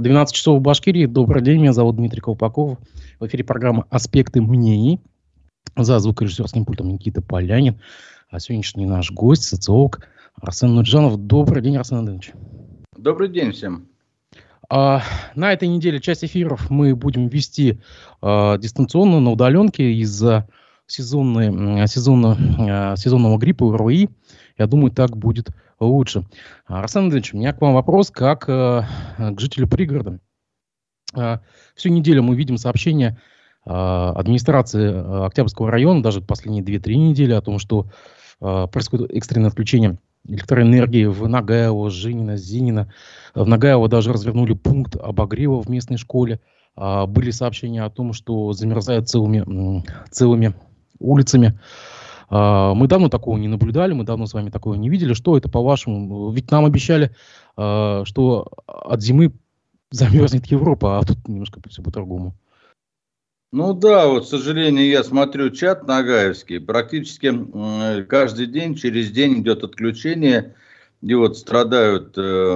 12 часов в Башкирии. Добрый день, меня зовут Дмитрий Колпаков. В эфире программа «Аспекты мнений». За звукорежиссерским пультом Никита Полянин. А сегодняшний наш гость, социолог Арсен Нурджанов. Добрый день, Арсен Андреевич. Добрый день всем. На этой неделе часть эфиров мы будем вести дистанционно, на удаленке из-за сезонного гриппа ОРВИ. Я думаю, так будет лучше. Арсен Андреевич, у меня к вам вопрос, как к жителю пригорода. Всю неделю мы видим сообщения администрации Октябрьского района, даже последние 2-3 недели, о том, что происходит экстренное отключение электроэнергии в Нагаево, Женино, Зенино. В Нагаево даже развернули пункт обогрева в местной школе. Были сообщения о том, что замерзают целыми улицами. Мы давно такого не наблюдали, мы давно с вами такого не видели. Что это, по-вашему? Ведь нам обещали, что от зимы замерзнет Европа, а тут немножко все по-другому. Ну да, вот, к сожалению, я смотрю чат нагаевский. Практически каждый день, через день идет отключение. И вот страдают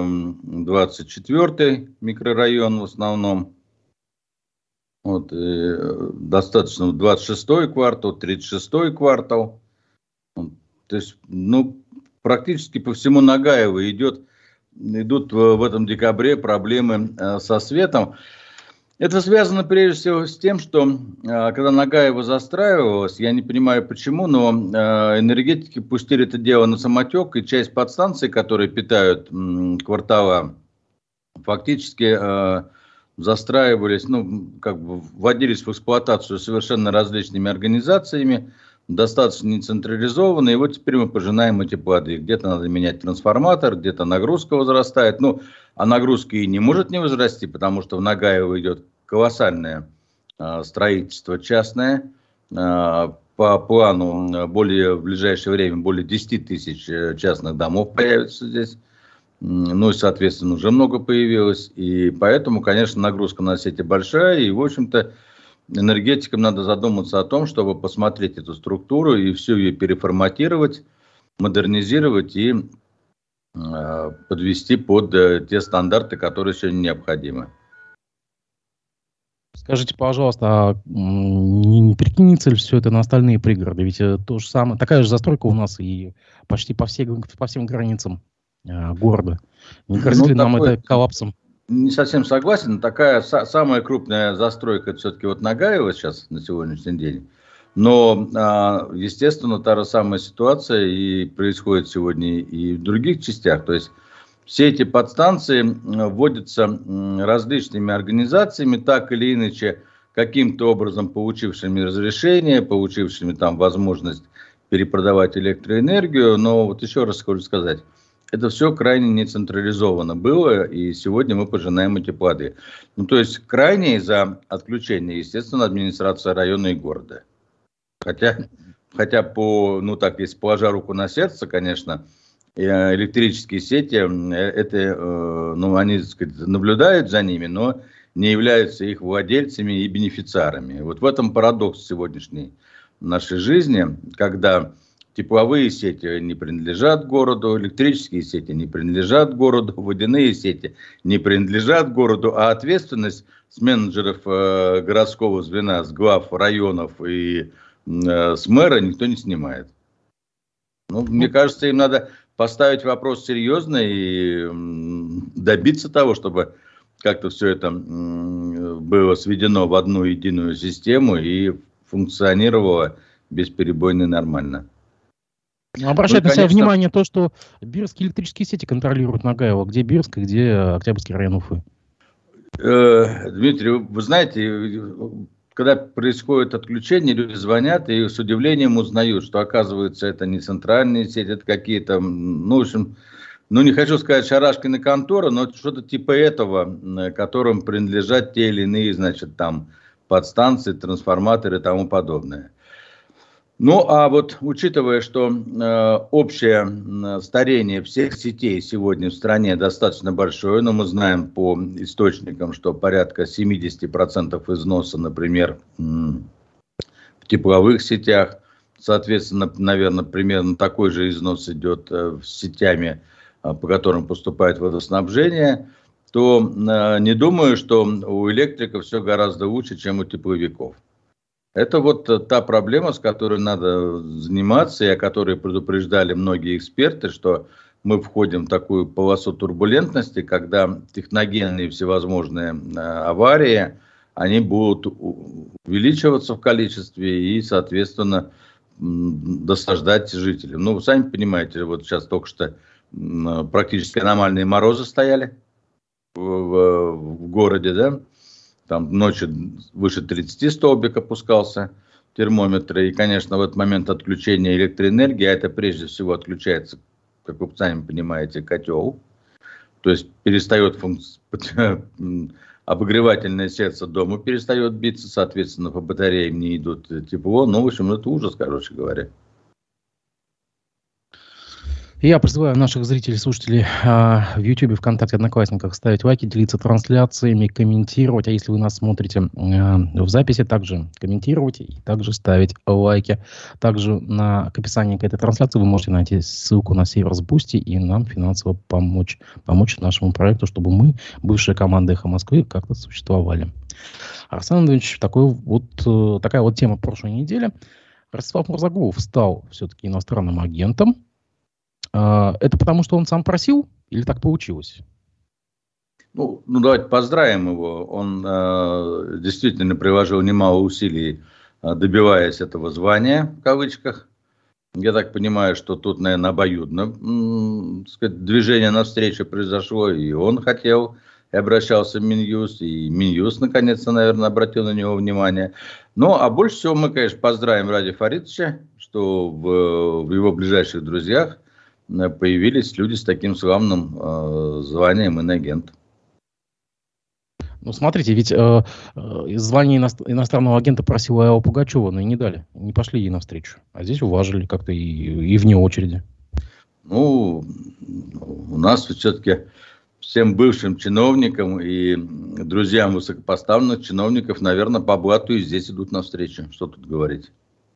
24-й микрорайон в основном. Вот, достаточно 26-й квартал, 36-й квартал. То есть, практически по всему Нагаево идут в этом декабре проблемы со светом. Это связано прежде всего с тем, что когда Нагаево застраивалось, я не понимаю почему, но энергетики пустили это дело на самотек, и часть подстанций, которые питают квартала, фактически застраивались, вводились в эксплуатацию совершенно различными организациями, достаточно нецентрализованно, и вот теперь мы пожинаем эти плоды. Где-то надо менять трансформатор, где-то нагрузка возрастает. А нагрузка и не может не возрасти, потому что в Нагаево идет колоссальное строительство частное. По плану в ближайшее время более 10 тысяч частных домов появится здесь. И, соответственно, уже много появилось. И поэтому, конечно, нагрузка на сети большая. И, в общем-то, энергетикам надо задуматься о том, чтобы посмотреть эту структуру и всю ее переформатировать, модернизировать и подвести под те стандарты, которые сегодня необходимы. Скажите, пожалуйста, а не перекинется ли все это на остальные пригороды? Ведь то же самое, такая же застройка у нас и почти по всем границам города. Не грозит ли нам это коллапсом? Не совсем согласен. Такая самая крупная застройка, это все-таки вот Нагаево сейчас на сегодняшний день. Но, естественно, та же самая ситуация и происходит сегодня и в других частях. То есть все эти подстанции вводятся различными организациями, так или иначе, каким-то образом получившими разрешение, получившими там возможность перепродавать электроэнергию. Но вот еще раз хочу сказать, это все крайне нецентрализовано было, и сегодня мы пожинаем эти плоды. То есть крайне из-за отключения, естественно, администрация района и города. Хотя если положа руку на сердце, конечно, электрические сети, они, так сказать, наблюдают за ними, но не являются их владельцами и бенефициарами. Вот в этом парадокс сегодняшней нашей жизни, когда тепловые сети не принадлежат городу, электрические сети не принадлежат городу, водяные сети не принадлежат городу, а ответственность с менеджеров городского звена, с глав районов и с мэра никто не снимает. Мне кажется, им надо поставить вопрос серьезно и добиться того, чтобы как-то все это было сведено в одну единую систему и функционировало бесперебойно и нормально. Обращает на себя внимание то, что Бирские электрические сети контролируют Нагаево. Где Бирск, где Октябрьский район Уфы? Дмитрий, вы знаете, когда происходит отключение, люди звонят и с удивлением узнают, что, оказывается, это не центральные сети, это какие-то, не хочу сказать шарашкины конторы, но что-то типа этого, которым принадлежат те или иные, подстанции, трансформаторы и тому подобное. А вот учитывая, что общее старение всех сетей сегодня в стране достаточно большое, но мы знаем по источникам, что порядка 70% износа, например, в тепловых сетях, соответственно, наверное, примерно такой же износ идет с сетями, по которым поступает водоснабжение, что не думаю, что у электриков все гораздо лучше, чем у тепловиков. Это вот та проблема, с которой надо заниматься, и о которой предупреждали многие эксперты, что мы входим в такую полосу турбулентности, когда техногенные всевозможные аварии, они будут увеличиваться в количестве и, соответственно, досаждать жителям. Ну, вы сами понимаете, вот сейчас только что практически аномальные морозы стояли в городе, да? Там ночью выше 30 столбик опускался термометр. И, конечно, в этот момент отключения электроэнергии, а это прежде всего отключается, как вы сами понимаете, котел. То есть перестает обогревательное сердце дома перестает биться, соответственно, по батареям не идут тепло. Ну, в общем, это ужас, короче говоря. Я призываю наших зрителей, слушателей в YouTube, ВКонтакте, Одноклассниках ставить лайки, делиться трансляциями, комментировать. А если вы нас смотрите в записи, также комментировать и также ставить лайки. Также к описанию к этой трансляции вы можете найти ссылку на Северс Бусти и нам финансово помочь нашему проекту, чтобы мы, бывшая команда «Эхо Москвы», как-то существовали. Арсен Андреевич, такая вот тема прошлой недели. Ростислав Мурзагулов стал все-таки иностранным агентом. Это потому, что он сам просил, или так получилось? Ну, давайте поздравим его. Он действительно приложил немало усилий, добиваясь этого звания, в кавычках. Я так понимаю, что тут, наверное, обоюдно движение навстречу произошло, и он хотел, и обращался в Минюст, и Минюст, наконец-то, наверное, обратил на него внимание. Ну, а больше всего мы, конечно, поздравим Ради Фаритовича, что в его ближайших друзьях появились люди с таким славным званием инагент. Ну, смотрите, ведь звание иностранного агента просила Алла Пугачева, но и не дали. Не пошли ей навстречу. А здесь уважили как-то и вне очереди. Ну, у нас все-таки всем бывшим чиновникам и друзьям высокопоставленных чиновников, наверное, по блату и здесь идут навстречу. Что тут говорить?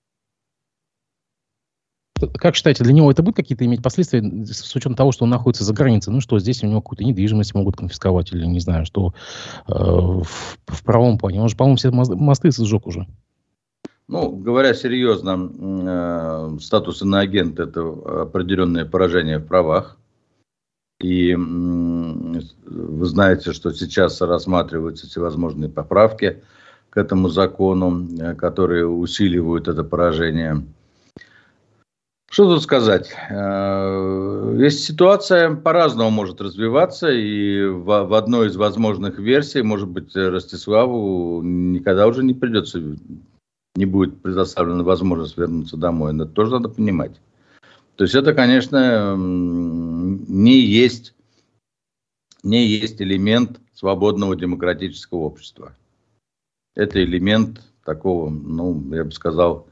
Как считаете, для него это будут какие-то иметь последствия с учетом того, что он находится за границей? Ну что, здесь у него какую-то недвижимость могут конфисковать или не знаю, что в правом плане. Он же, по-моему, все мосты сжег уже. Ну, говоря серьезно, статус иноагента – это определенное поражение в правах. И вы знаете, что сейчас рассматриваются всевозможные поправки к этому закону, которые усиливают это поражение. Что тут сказать? Есть ситуация по-разному может развиваться, и в одной из возможных версий, может быть, Ростиславу никогда уже не будет предоставлена возможность вернуться домой. Это тоже надо понимать. То есть это, конечно, не есть элемент свободного демократического общества. Это элемент такого, я бы сказал,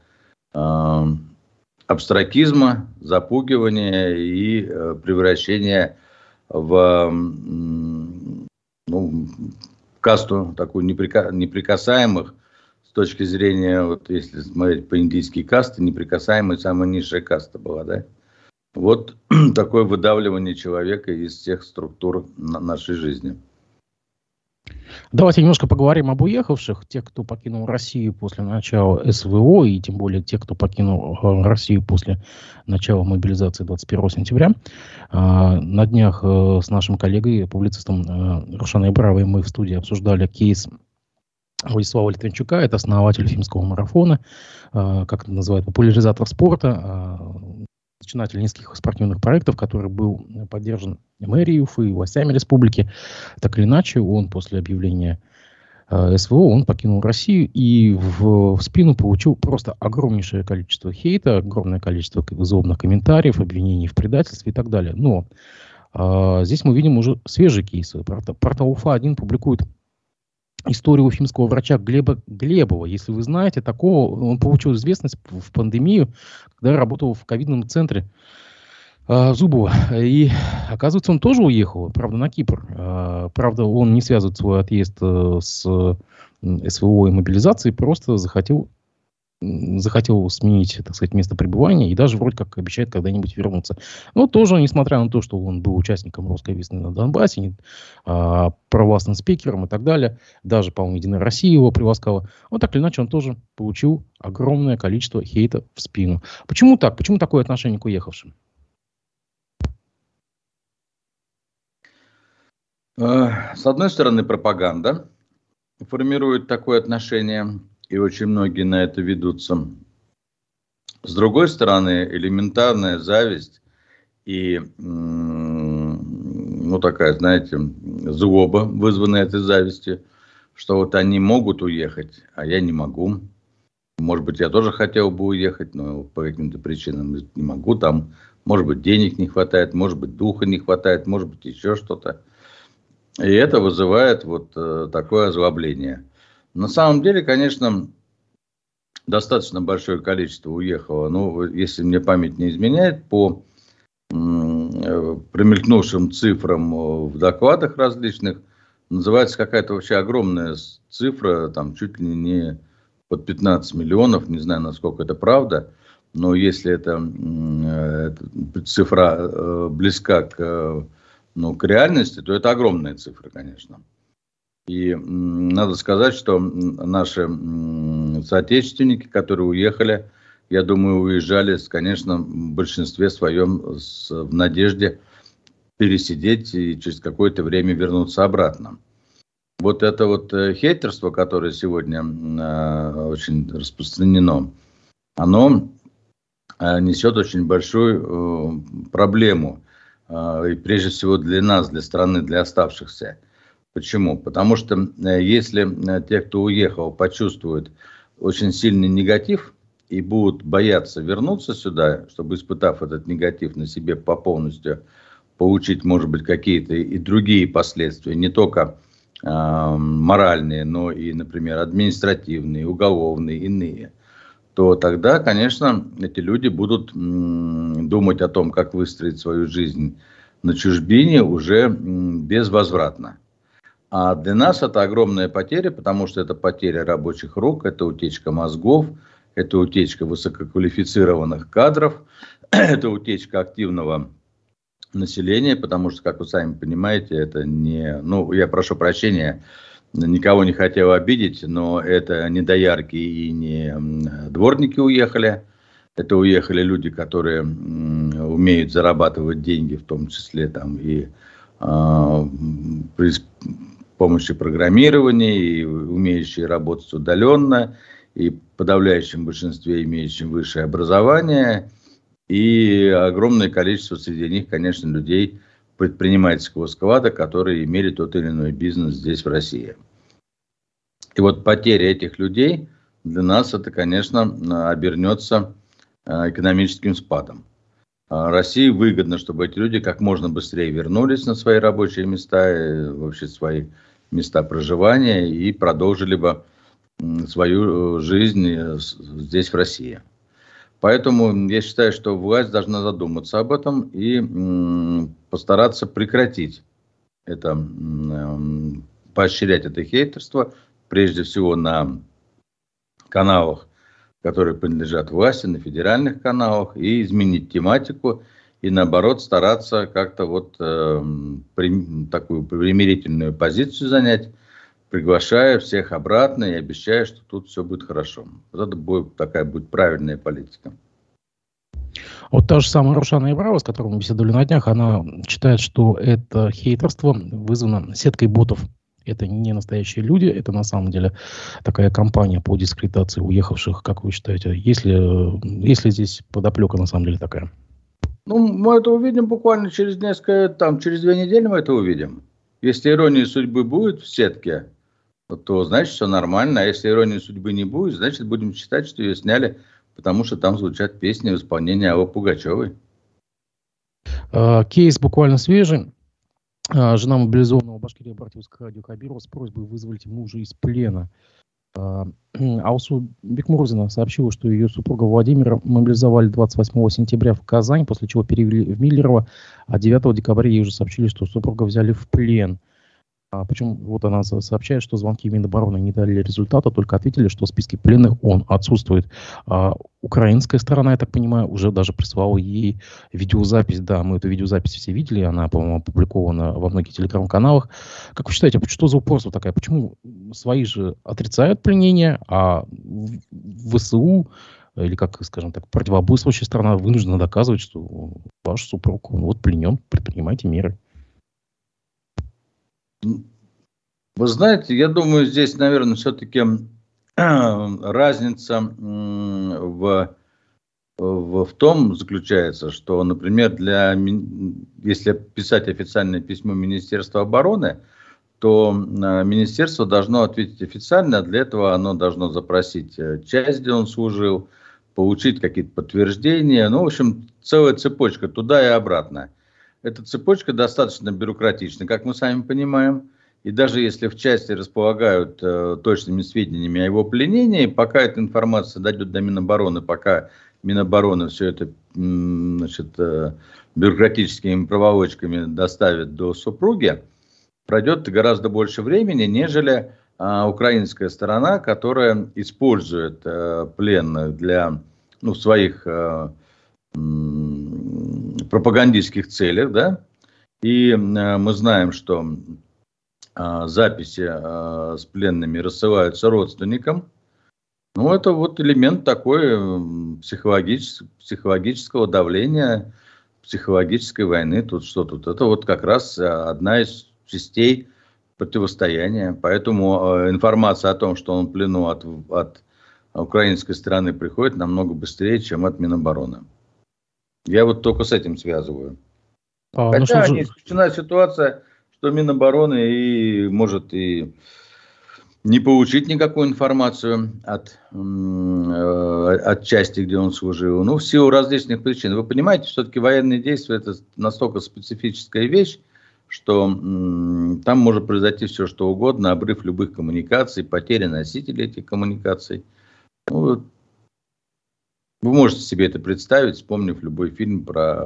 абстракизма, запугивания и превращения в касту такую неприкасаемых с точки зрения, вот если смотреть по индийские касты, неприкасаемая самая низшая каста была, да? Вот такое выдавливание человека из всех структур нашей жизни. Давайте немножко поговорим об уехавших, тех, кто покинул Россию после начала СВО, и тем более тех, кто покинул Россию после начала мобилизации 21 сентября. На днях с нашим коллегой, публицистом Рушаной Бравой, мы в студии обсуждали кейс Владислава Литвинчука. Это основатель Уфимского марафона, как это называют, популяризатор спорта, начинатель нескольких спортивных проектов, который был поддержан мэрией Уфы и властями республики. Так или иначе, он после объявления СВО, он покинул Россию и в спину получил просто огромнейшее количество хейта, огромное количество злобных комментариев, обвинений в предательстве и так далее. Но здесь мы видим уже свежие кейсы. Портал Уфа-1 публикует историю уфимского врача Глеба Глебова. Если вы знаете такого, он получил известность в пандемию, когда работал в ковидном центре Зубова. И, оказывается, он тоже уехал, правда, на Кипр. Правда, он не связывает свой отъезд с СВО и мобилизацией, просто захотел захотел сменить, так сказать, место пребывания и даже вроде как обещает когда-нибудь вернуться. Но тоже, несмотря на то, что он был участником русской весны на Донбассе, провластным спикером и так далее, даже, по-моему, Единая Россия его приласкала, вот так или иначе он тоже получил огромное количество хейта в спину. Почему так? Почему такое отношение к уехавшим? С одной стороны, пропаганда формирует такое отношение, и очень многие на это ведутся. С другой стороны, элементарная зависть и, такая, знаете, злоба, вызванная этой завистью, что вот они могут уехать, а я не могу. Может быть, я тоже хотел бы уехать, но по каким-то причинам не могу. Там, может быть, денег не хватает, может быть, духа не хватает, может быть, еще что-то. И это вызывает вот такое озлобление. На самом деле, конечно, достаточно большое количество уехало. Ну, если мне память не изменяет, по промелькнувшим цифрам в докладах различных, называется какая-то вообще огромная цифра, там чуть ли не под 15 миллионов, не знаю, насколько это правда, но если эта цифра близка к реальности, то это огромная цифра, конечно. И надо сказать, что наши соотечественники, которые уехали, я думаю, уезжали, конечно, в большинстве своем в надежде пересидеть и через какое-то время вернуться обратно. Вот это вот хейтерство, которое сегодня очень распространено, оно несет очень большую проблему. И прежде всего для нас, для страны, для оставшихся. Почему? Потому что если те, кто уехал, почувствуют очень сильный негатив и будут бояться вернуться сюда, чтобы, испытав этот негатив на себе по полностью, получить, может быть, какие-то и другие последствия, не только моральные, но и, например, административные, уголовные, иные, то тогда, конечно, эти люди будут думать о том, как выстроить свою жизнь на чужбине уже безвозвратно. А для нас это огромная потеря, потому что это потеря рабочих рук, это утечка мозгов, это утечка высококвалифицированных кадров, это утечка активного населения, потому что, как вы сами понимаете, это не... я прошу прощения, никого не хотел обидеть, но это не доярки и не дворники уехали. Это уехали люди, которые умеют зарабатывать деньги, в том числе там и при помощи программирования, и умеющие работать удаленно, и в подавляющем большинстве имеющим высшее образование, и огромное количество среди них, конечно, людей предпринимательского склада, которые имели тот или иной бизнес здесь, в России. И вот потеря этих людей для нас это, конечно, обернется экономическим спадом. России выгодно, чтобы эти люди как можно быстрее вернулись на свои рабочие места, вообще свои места проживания и продолжили бы свою жизнь здесь, в России. Поэтому я считаю, что власть должна задуматься об этом и постараться прекратить это, поощрять это хейтерство, прежде всего на каналах, которые принадлежат власти, на федеральных каналах, и изменить тематику, и наоборот стараться как-то вот такую примирительную позицию занять, приглашая всех обратно и обещая, что тут все будет хорошо. Вот это такая будет правильная политика. Вот та же самая Рушана Ибрава, с которой мы беседовали на днях, она считает, что это хейтерство вызвано сеткой ботов. Это не настоящие люди, это на самом деле такая кампания по дискредитации уехавших, как вы считаете? Если здесь подоплека на самом деле такая? Мы это увидим буквально через 2 недели мы это увидим. Если ирония судьбы будет в сетке, то значит все нормально. А если иронии судьбы не будет, значит будем считать, что ее сняли, потому что там звучат песни в исполнении Аллы Пугачевой. Кейс буквально свежий. Жена мобилизованного в Башкирии обратилась к радио Кабирова с просьбой вызволить мужа из плена. Алсу Бекмурзина сообщила, что ее супруга Владимира мобилизовали 28 сентября в Казань, после чего перевели в Миллерово, а 9 декабря ей уже сообщили, что супруга взяли в плен. Причем вот она сообщает, что звонки Минобороны не дали результата, только ответили, что в списке пленных он отсутствует. Украинская сторона, я так понимаю, уже даже прислала ей видеозапись. Да, мы эту видеозапись все видели, она, по-моему, опубликована во многих телеграм-каналах. Как вы считаете, что за упорство такое? Почему свои же отрицают пленение, а ВСУ или, как, скажем так, противоборствующая сторона вынуждена доказывать, что ваш супруг, он вот пленен, предпринимайте меры? Вы знаете, я думаю, здесь, наверное, все-таки разница в том заключается, что, например, если писать официальное письмо Министерства обороны, то министерство должно ответить официально, а для этого оно должно запросить часть, где он служил, получить какие-то подтверждения. Ну, в общем, целая цепочка туда и обратно. Эта цепочка достаточно бюрократична, как мы сами понимаем. И даже если в части располагают точными сведениями о его пленении, пока эта информация дойдет до Минобороны, пока Минобороны все это бюрократическими проволочками доставит до супруги, пройдет гораздо больше времени, нежели украинская сторона, которая использует пленных для своих пропагандистских целях, да, и мы знаем, что записи с пленными рассылаются родственникам. Ну, это вот элемент такой психологического давления, психологической войны. Тут что тут? Это вот как раз одна из частей противостояния. Поэтому информация о том, что он в плену от украинской стороны, приходит намного быстрее, чем от Минобороны. Я вот только с этим связываю. Хотя не исключена ситуация, что Минобороны может и не получить никакую информацию от части, где он служил. Ну, в силу различных причин. Вы понимаете, все-таки военные действия — это настолько специфическая вещь, что там может произойти все, что угодно, обрыв любых коммуникаций, потеря носителей этих коммуникаций. Ну, вы можете себе это представить, вспомнив любой фильм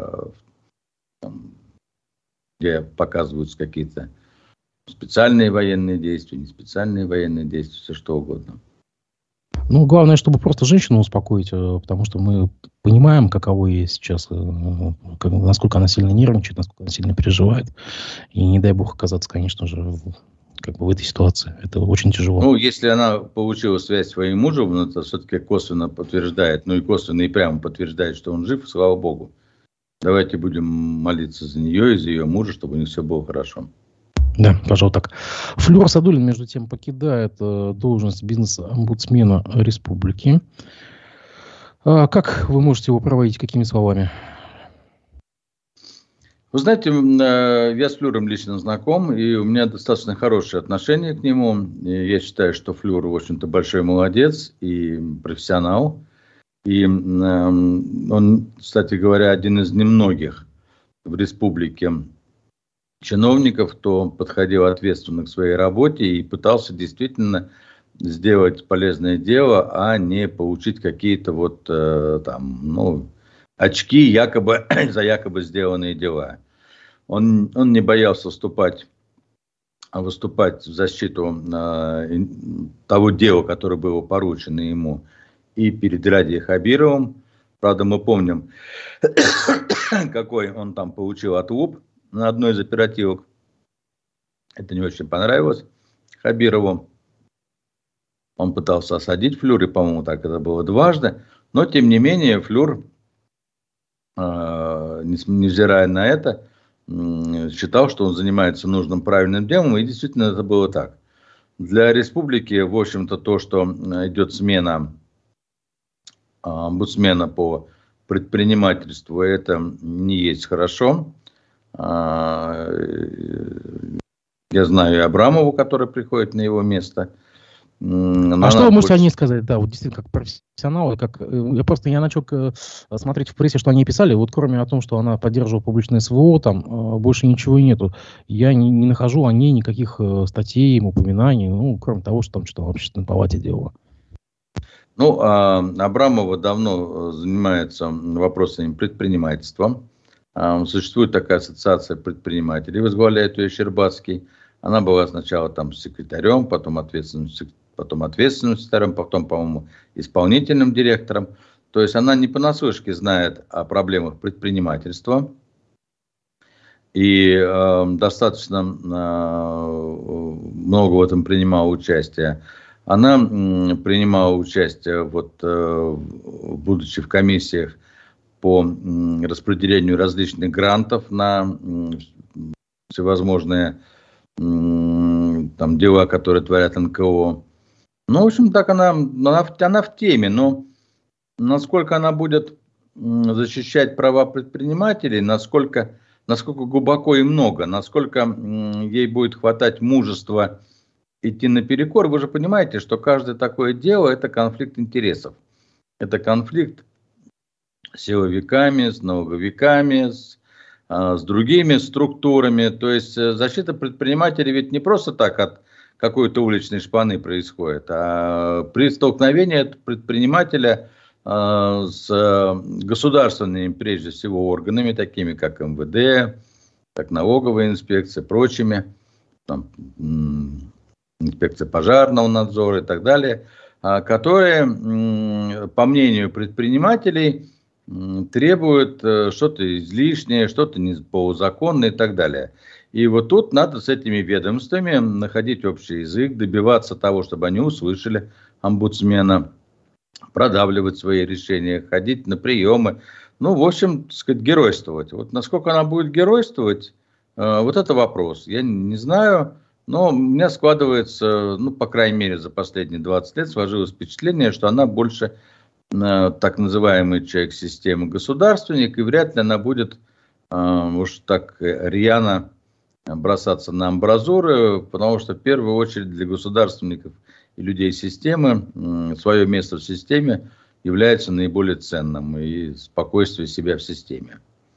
где показываются какие-то специальные военные действия, не специальные военные действия, все что угодно. Ну, главное, чтобы просто женщину успокоить, потому что мы понимаем, каково ей сейчас, насколько она сильно нервничает, насколько она сильно переживает. И не дай бог оказаться, конечно же, в этой ситуации. Это очень тяжело. Ну, если она получила связь с своим мужем, это все-таки косвенно подтверждает, и косвенно и прямо подтверждает, что он жив, слава богу. Давайте будем молиться за нее и за ее мужа, чтобы у них все было хорошо. Да, пожалуй, так. Флёр Садулин, между тем, покидает должность бизнес-омбудсмена республики. Как вы можете его проводить? Какими словами? Вы знаете, я с Флёром лично знаком, и у меня достаточно хорошие отношения к нему. И я считаю, что Флёр, в общем-то, большой молодец и профессионал. И он, кстати говоря, один из немногих в республике чиновников, кто подходил ответственно к своей работе и пытался действительно сделать полезное дело, а не получить какие-то очки за якобы сделанные дела. Он не боялся выступать в защиту того дела, которое было поручено ему и перед Радией Хабировым. Правда, мы помним, какой он там получил отлуп на одной из оперативок. Это не очень понравилось Хабирову. Он пытался осадить Флёр, и, по-моему, так это было дважды. Но, тем не менее, Флёр, невзирая на это, считал, что он занимается нужным, правильным делом, и действительно это было так. Для республики, в общем-то, то, что идет смена омбудсмена по предпринимательству, это не есть хорошо. Я знаю и Абрамову, который приходит на его место. Что вы можете о ней сказать? Да, вот действительно, как профессионал, я начал смотреть в прессе, что они писали, вот кроме о том, что она поддерживала публичное СВО, там больше ничего и нету. Я не нахожу о ней никаких статей, упоминаний, кроме того, что там что-то в общественной палате делала. Абрамова давно занимается вопросами предпринимательства. Существует такая ассоциация предпринимателей, возглавляет ее Щербацкий. Она была сначала там секретарем, потом ответственным секретарем, потом, по-моему, исполнительным директором. То есть она не понаслышке знает о проблемах предпринимательства. И достаточно много в этом принимала участие. Она принимала участие, будучи в комиссиях по распределению различных грантов на всевозможные там дела, которые творят НКО. Ну, в общем, так она в теме, но насколько она будет защищать права предпринимателей, насколько глубоко и много, насколько ей будет хватать мужества идти наперекор. Вы же понимаете, что каждое такое дело – это конфликт интересов. Это конфликт с силовиками, с налоговиками, с другими структурами. То есть защита предпринимателей ведь не просто так от какой-то уличной шпаны происходит, а при столкновении предпринимателя с государственными, прежде всего, органами, такими как МВД, как налоговая инспекция, прочими, там, инспекция пожарного надзора и так далее, которые, по мнению предпринимателей, требуют что-то излишнее, что-то неполузаконное и так далее. И вот тут надо с этими ведомствами находить общий язык, добиваться того, чтобы они услышали омбудсмена, продавливать свои решения, ходить на приемы. Ну, в общем, так сказать, геройствовать. Вот насколько она будет геройствовать, вот это вопрос. Я не знаю, но у меня складывается, ну, по крайней мере, за последние 20 лет сложилось впечатление, что она больше так называемый человек системы государственник, и вряд ли она будет уж так рьяно бросаться на амбразуры, потому что в первую очередь для государственников и людей системы свое место в системе является наиболее ценным, и спокойствие себя в системе.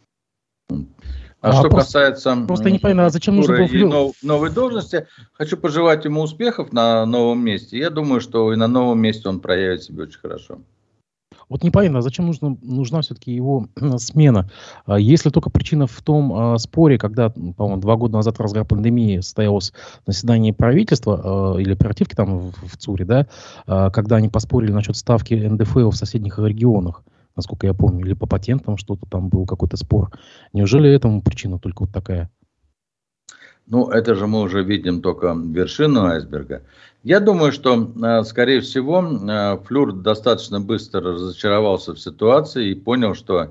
Что касается просто не понятно, а зачем нужно было новой должности, хочу пожелать ему успехов на новом месте. Я думаю, что и на новом месте он проявит себя очень хорошо. Вот непонятно, зачем нужна все-таки его смена? Если только причина в том споре, когда, по-моему, 2 года назад в разгар пандемии состоялось заседание правительства или оперативки там в ЦУРе, да, когда они поспорили насчет ставки НДФЛ в соседних регионах, насколько я помню, или по патентам что-то там был какой-то спор. Неужели этому причина только вот такая? Ну, это же мы уже видим только вершину айсберга. Я думаю, что, скорее всего, Флюр достаточно быстро разочаровался в ситуации и понял, что,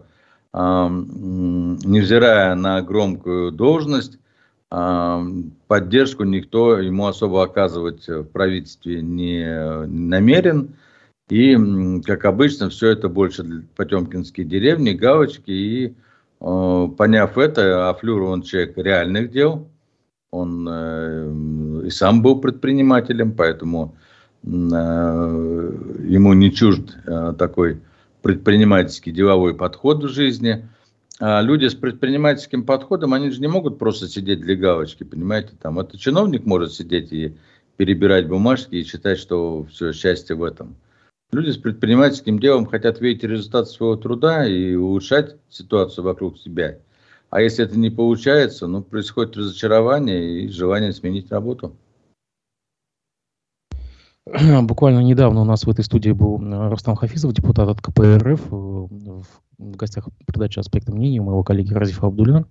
невзирая на громкую должность, поддержку никто ему особо оказывать в правительстве не намерен. И, как обычно, все это больше потемкинские деревни, галочки. И, поняв это, а Флюр, он человек реальных дел. Он и сам был предпринимателем, поэтому ему не чужд такой предпринимательский деловой подход в жизни. А люди с предпринимательским подходом, они же не могут просто сидеть для галочки, понимаете? Там это чиновник может сидеть и перебирать бумажки и считать, что все счастье в этом. Люди с предпринимательским делом хотят видеть результат своего труда и улучшать ситуацию вокруг себя. А если это не получается, ну, происходит разочарование и желание сменить работу. Буквально недавно у нас в этой студии был Рустам Хафизов, депутат от КПРФ, в гостях передачи «Аспекты мнений» у моего коллеги Разифа Абдуллина.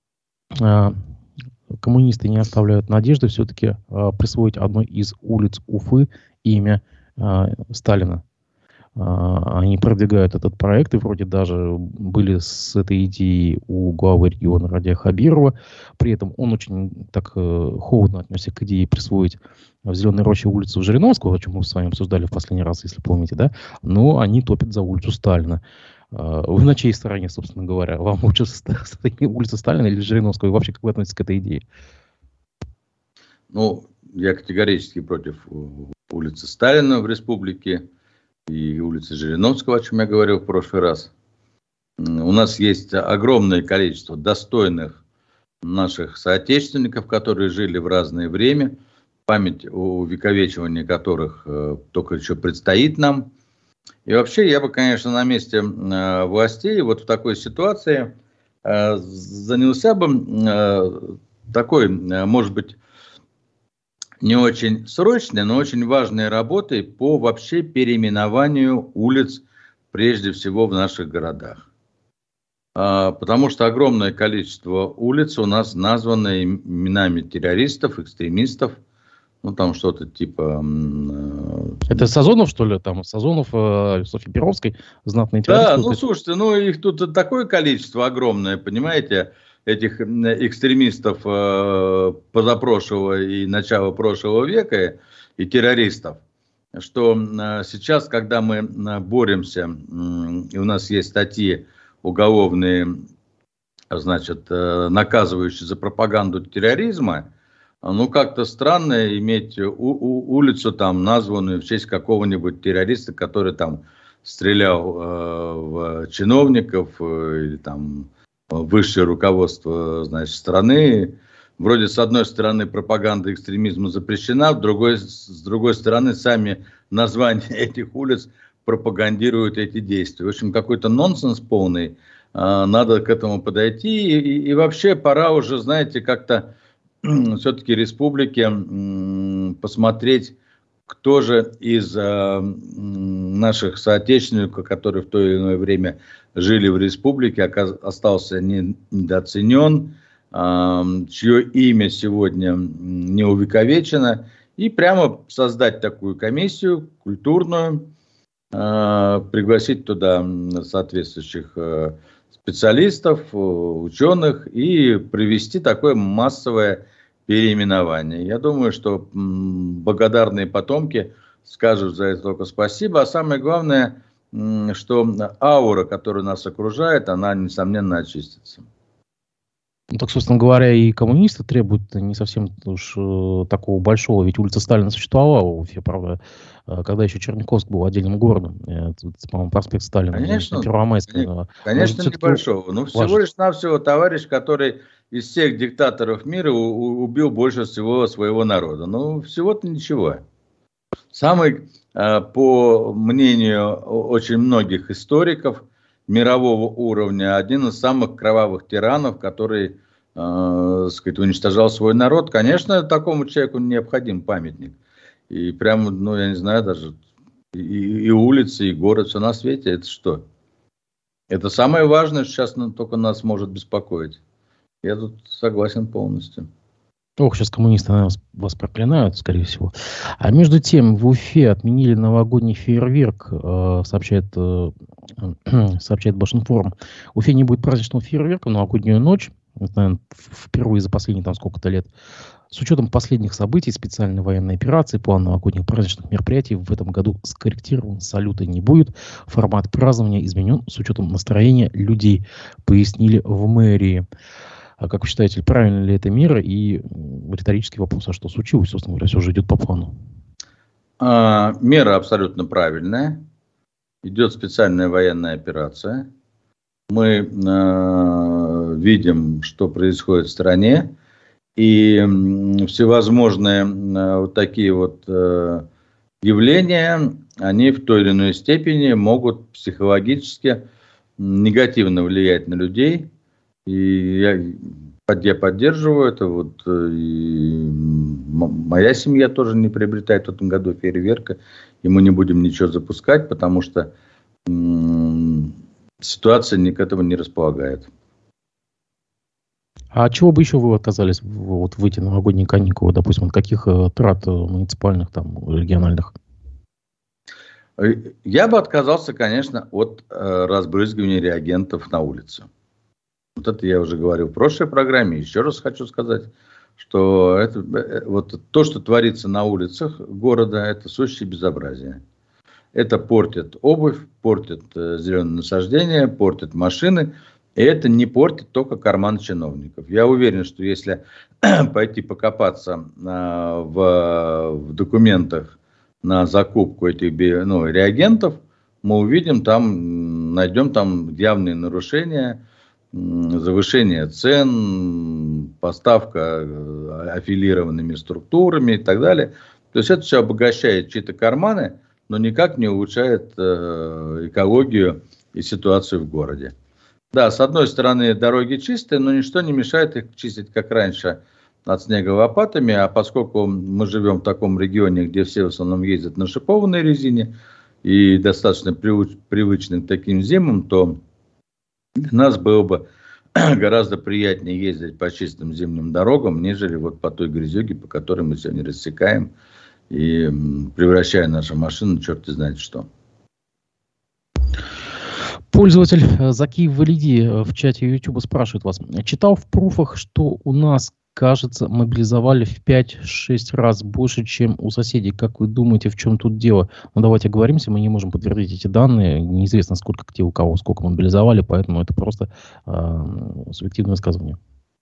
Коммунисты не оставляют надежды все-таки присвоить одной из улиц Уфы имя Сталина. Они продвигают этот проект, и вроде даже были с этой идеей у главы региона Радия Хабирова. При этом он очень так холодно отнесся к идее присвоить в Зеленой Роще улицу Жириновского, о чем мы с вами обсуждали в последний раз, если помните, да? Но они топят за улицу Сталина. Вы на чьей стороне, собственно говоря? Вам лучше улица Сталина или Жириновского? И вообще, как вы относитесь к этой идее? Ну, я категорически против улицы Сталина в республике и улицы Жириновского, о чем я говорил в прошлый раз. У нас есть огромное количество достойных наших соотечественников, которые жили в разное время, память о увековечивании которых только еще предстоит нам. И вообще, я бы, конечно, на месте властей вот в такой ситуации занялся бы такой, может быть, не очень срочной, но очень важной работой по вообще переименованию улиц, прежде всего в наших городах. Потому что огромное количество улиц у нас названы именами террористов, экстремистов, ну там что-то типа... Это Сазонов, что ли? Там Сазонов, Софьи Перовской, знатные Да, террористы. ну слушайте, ну их тут такое количество огромное, понимаете, этих экстремистов позапрошлого и начала прошлого века и террористов, что сейчас, когда мы боремся, и у нас есть статьи уголовные, значит, наказывающие за пропаганду терроризма, ну, как-то странно иметь улицу там, названную в честь какого-нибудь террориста, который там стрелял в чиновников или там высшее руководство, значит, страны. Вроде, с одной стороны, пропаганда экстремизма запрещена, с другой стороны, сами названия этих улиц пропагандируют эти действия. В общем, какой-то нонсенс полный. Надо к этому подойти. И вообще пора уже, знаете, как-то все-таки республике посмотреть, кто же из наших соотечественников, которые в то или иное время жили в республике, остался недооценен, чье имя сегодня не увековечено, и прямо создать такую комиссию культурную, пригласить туда соответствующих специалистов, ученых и провести такое массовое переименование. Я думаю, что благодарные потомки скажут за это только спасибо. А самое главное, что аура, которая нас окружает, она, несомненно, очистится. Ну, так, собственно говоря, и коммунисты требуют не совсем уж такого большого, ведь улица Сталина существовала в Уфе, правда, когда еще Черниковск был отдельным городом, по-моему, проспект Сталина, конечно, Первомайская. Конечно, небольшого. Но всего лишь навсего товарищ, который из всех диктаторов мира убил больше всего своего народа. Ну, всего-то ничего. Самый, по мнению очень многих историков мирового уровня, один из самых кровавых тиранов, который, сказать, уничтожал свой народ. Конечно, такому человеку необходим памятник. И прямо, ну, я не знаю, даже и улицы, и город, все на свете. Это что? Это самое важное, что сейчас только нас может беспокоить. Я тут согласен полностью. Ох, сейчас коммунисты вас проклинают, скорее всего. А между тем, в Уфе отменили новогодний фейерверк, сообщает Башинформ. В Уфе не будет праздничного фейерверка в новогоднюю ночь. Это, наверное, впервые за последние там сколько-то лет. С учетом последних событий, специальной военной операции, план новогодних праздничных мероприятий в этом году скорректирован, салюта не будет. Формат празднования изменен с учетом настроения людей, пояснили в мэрии. А как вы считаете, правильно ли эта мера? И риторический вопрос, а что случилось? Собственно говоря, все же идет по плану. Мера абсолютно правильная. Идет специальная военная операция. Мы видим, что происходит в стране. И всевозможные вот такие вот явления, они в той или иной степени могут психологически негативно влиять на людей. И я поддерживаю это. Вот, и моя семья тоже не приобретает в этом году фейерверка. И мы не будем ничего запускать, потому что ситуация к этому не располагает. А от чего бы еще вы отказались вот в эти новогодние каникулы? Допустим, от каких трат муниципальных, там, региональных? Я бы отказался, конечно, от разбрызгивания реагентов на улице. Вот это я уже говорил в прошлой программе. Еще раз хочу сказать, что вот то, что творится на улицах города, это сущее безобразие. Это портит обувь, портит зеленые насаждения, портит машины. И это не портит только карман чиновников. Я уверен, что если пойти покопаться в документах на закупку этих реагентов, мы увидим там, найдем там явные нарушения, завышение цен, поставка аффилированными структурами и так далее. То есть это все обогащает чьи-то карманы, но никак не улучшает экологию и ситуацию в городе. Да, с одной стороны дороги чистые, но ничто не мешает их чистить, как раньше, от снега лопатами, а поскольку мы живем в таком регионе, где все в основном ездят на шипованной резине и достаточно привычны к таким зимам, то для нас было бы гораздо приятнее ездить по чистым зимним дорогам, нежели вот по той грязюге, по которой мы сегодня рассекаем и превращая нашу машину в черт знает что. Пользователь Закиев Валиди в чате YouTube спрашивает вас. Читал в пруфах, что у нас, кажется, мобилизовали в 5-6 раз больше, чем у соседей. Как вы думаете, в чем тут дело? Ну, давайте оговоримся, мы не можем подтвердить эти данные. Неизвестно, сколько где у кого, сколько мобилизовали, поэтому это просто субъективное высказывание.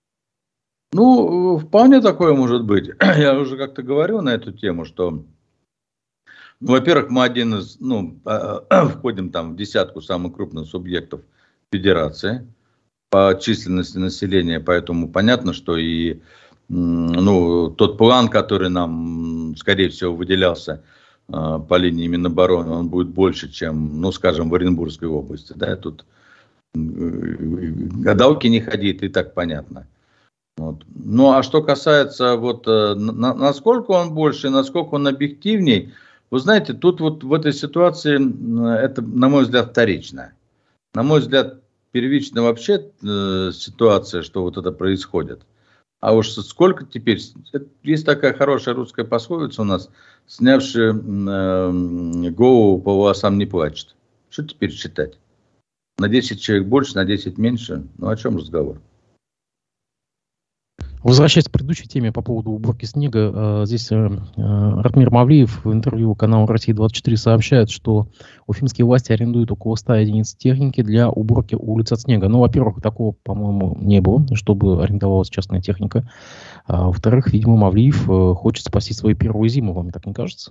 Ну, вполне такое может быть. Я уже как-то говорил на эту тему, что, ну, во-первых, мы один из, входим там в десятку самых крупных субъектов федерации по численности населения, поэтому понятно, что и тот план, который нам, скорее всего, выделялся по линии Минобороны, он будет больше, чем, ну, скажем, в Оренбургской области. Да? Тут гадалки не ходит, и так понятно. Вот. Ну, а что касается, вот, насколько он больше, насколько он объективней, вы знаете, тут вот в этой ситуации, это, на мой взгляд, вторично. На мой взгляд, первично вообще ситуация, что вот это происходит. А уж сколько теперь, есть такая хорошая русская пословица у нас, снявший голову по волосам не плачет. Что теперь считать? На 10 человек больше, на 10 меньше? Ну, о чем разговор? Возвращаясь к предыдущей теме по поводу уборки снега, здесь Ратмир Мавлиев в интервью каналу «Россия-24» сообщает, что уфимские власти арендуют около 100 единиц техники для уборки улиц от снега. Ну, во-первых, такого, по-моему, не было, чтобы арендовалась частная техника. А во-вторых, видимо, Мавлиев хочет спасти свою первую зиму, вам так не кажется?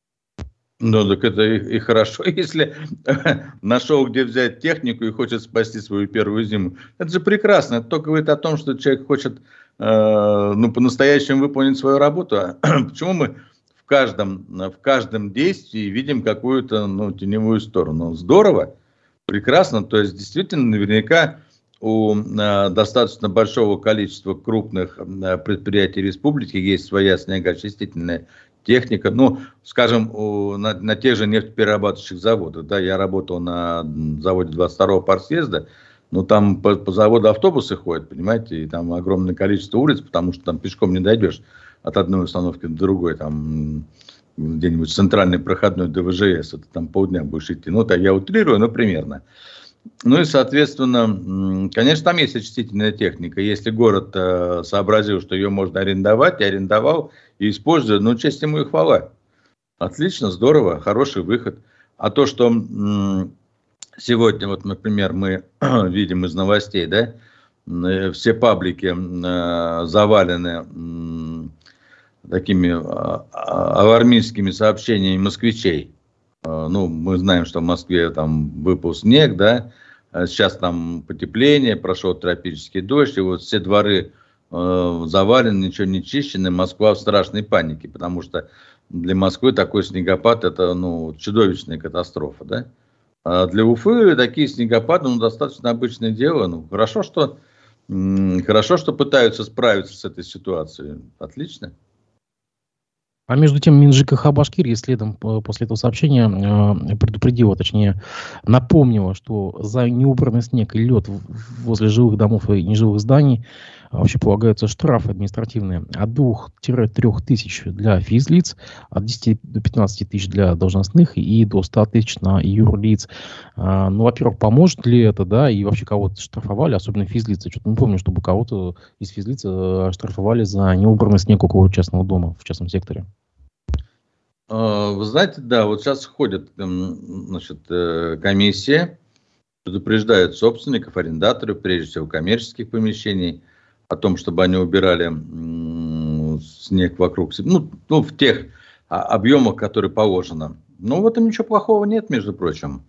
Ну, так это и хорошо, если нашел, где взять технику и хочет спасти свою первую зиму. Это же прекрасно. Это только говорит о том, что человек хочет по-настоящему выполнить свою работу. Почему мы в каждом действии видим какую-то теневую сторону? Здорово, прекрасно. То есть, действительно, наверняка у достаточно большого количества крупных предприятий республики есть своя снегоочистительная техника. Ну, скажем, на тех же нефтеперерабатывающих заводах. Да, я работал на заводе 22-го партсъезда. Ну, там по заводу автобусы ходят, понимаете, и там огромное количество улиц, потому что там пешком не дойдешь от одной установки до другой, там где-нибудь центральный проходной ДВЖС, это там полдня будешь идти. Ну, так я утрирую, но примерно. Ну и, соответственно, конечно, там есть очистительная техника. Если город сообразил, что ее можно арендовать, и арендовал, и использует, ну, честь ему и хвала. Отлично, здорово, хороший выход. А то, что сегодня, вот, например, мы видим из новостей, да, все паблики завалены такими алармистскими сообщениями москвичей. Ну, мы знаем, что в Москве там выпал снег, да, сейчас там потепление, прошел тропический дождь, и вот все дворы завалены, ничего не чищены, Москва в страшной панике, потому что для Москвы такой снегопад это, чудовищная катастрофа, да. А для Уфы такие снегопады, достаточно обычное дело. Ну, хорошо, что пытаются справиться с этой ситуацией. Отлично. А между тем МинЖКХ Башкирии следом после этого сообщения предупредила, точнее напомнила, что за неубранный снег и лед возле жилых домов и нежилых зданий вообще полагаются штрафы административные от 2-3 тысяч для физлиц, от 10 до 15 тысяч для должностных и до 100 тысяч на юрлиц. Ну, во-первых, поможет ли это, да, и вообще кого-то штрафовали, особенно физлицы. Что-то не помню, чтобы кого-то из физлиц штрафовали за неубранный снег около частного дома в частном секторе. Вы знаете, да, вот сейчас ходят, комиссия, предупреждают собственников, арендаторов, прежде всего коммерческих помещений, о том, чтобы они убирали снег вокруг себя, в тех объемах, которые положено. Но в этом ничего плохого нет, между прочим.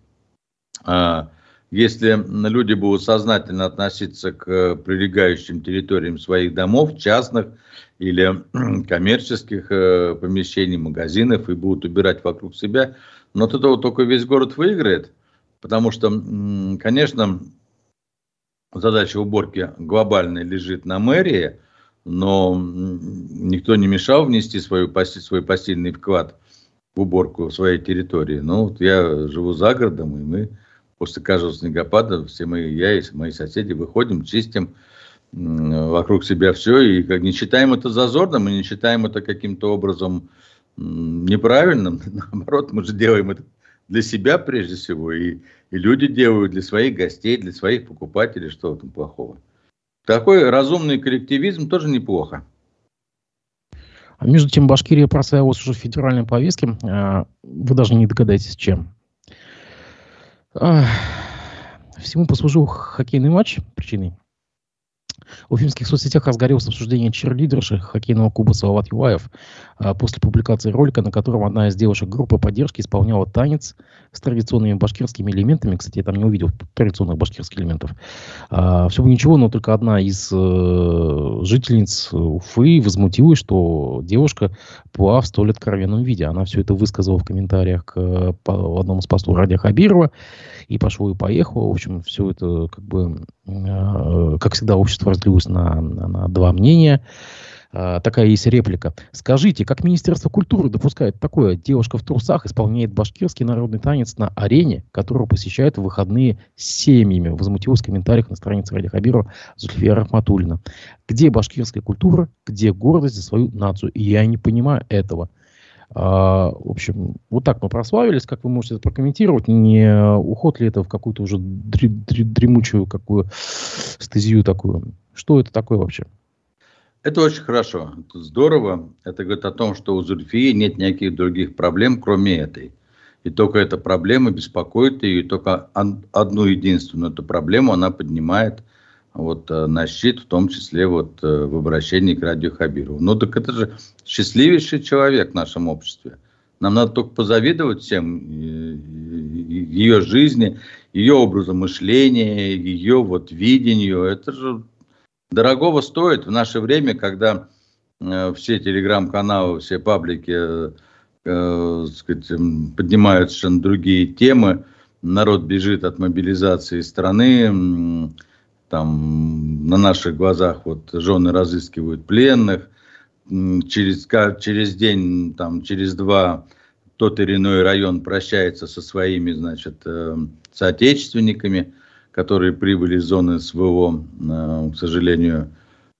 Если люди будут сознательно относиться к прилегающим территориям своих домов, частных или коммерческих помещений, магазинов, и будут убирать вокруг себя, но от этого только весь город выиграет, потому что, конечно, задача уборки глобальная лежит на мэрии, но никто не мешал внести свой посильный вклад в уборку своей территории. Ну, вот я живу за городом, и мы после каждого снегопада, я и мои соседи выходим, чистим вокруг себя все, и не считаем это зазорным, и не считаем это каким-то образом неправильным. Наоборот, мы же делаем это для себя прежде всего, и люди делают для своих гостей, для своих покупателей, что в этом плохого. Такой разумный коллективизм тоже неплохо. А между тем, Башкирия прославилась уже в федеральной повестке. Вы даже не догадаетесь, чем. Всему послужил хоккейный матч причиной. В уфимских соцсетях разгорелось обсуждение черлидерши хоккейного клуба «Салават Юлаев» после публикации ролика, на котором одна из девушек группы поддержки исполняла танец с традиционными башкирскими элементами. Кстати, я там не увидел традиционных башкирских элементов. Все бы ничего, но только одна из жительниц Уфы возмутилась, что девушка была в столь откровенном виде. Она все это высказала в комментариях к одному из постов Радия Хабирова. И пошло, и поехало. В общем, все это, как всегда, общество разделилось на два мнения. Такая есть реплика. Скажите, как Министерство культуры допускает такое? Девушка в трусах исполняет башкирский народный танец на арене, которую посещают в выходные с семьями. Возмутилась в комментариях на странице Радия Хабирова Зульфия Рахматуллина. Где башкирская культура? Где гордость за свою нацию? И я не понимаю этого. В общем, вот так мы прославились. Как вы можете это прокомментировать? Не уход ли это в какую-то уже дремучую какую стезию такую? Что это такое вообще? Это очень хорошо. Это здорово. Это говорит о том, что у Зульфии нет никаких других проблем, кроме этой. И только эта проблема беспокоит ее. И только одну единственную эту проблему она поднимает на щит, в том числе в обращении к Радию Хабирову. Ну так это же счастливейший человек в нашем обществе. Нам надо только позавидовать всем ее жизни, ее образу мышления, ее видению. Это же дорогого стоит в наше время, когда все телеграм-каналы, все паблики поднимают совершенно другие темы. Народ бежит от мобилизации страны. Там на наших глазах жены разыскивают пленных. Через день, через два, тот или иной район прощается со своими, соотечественниками, которые прибыли из зоны СВО, к сожалению,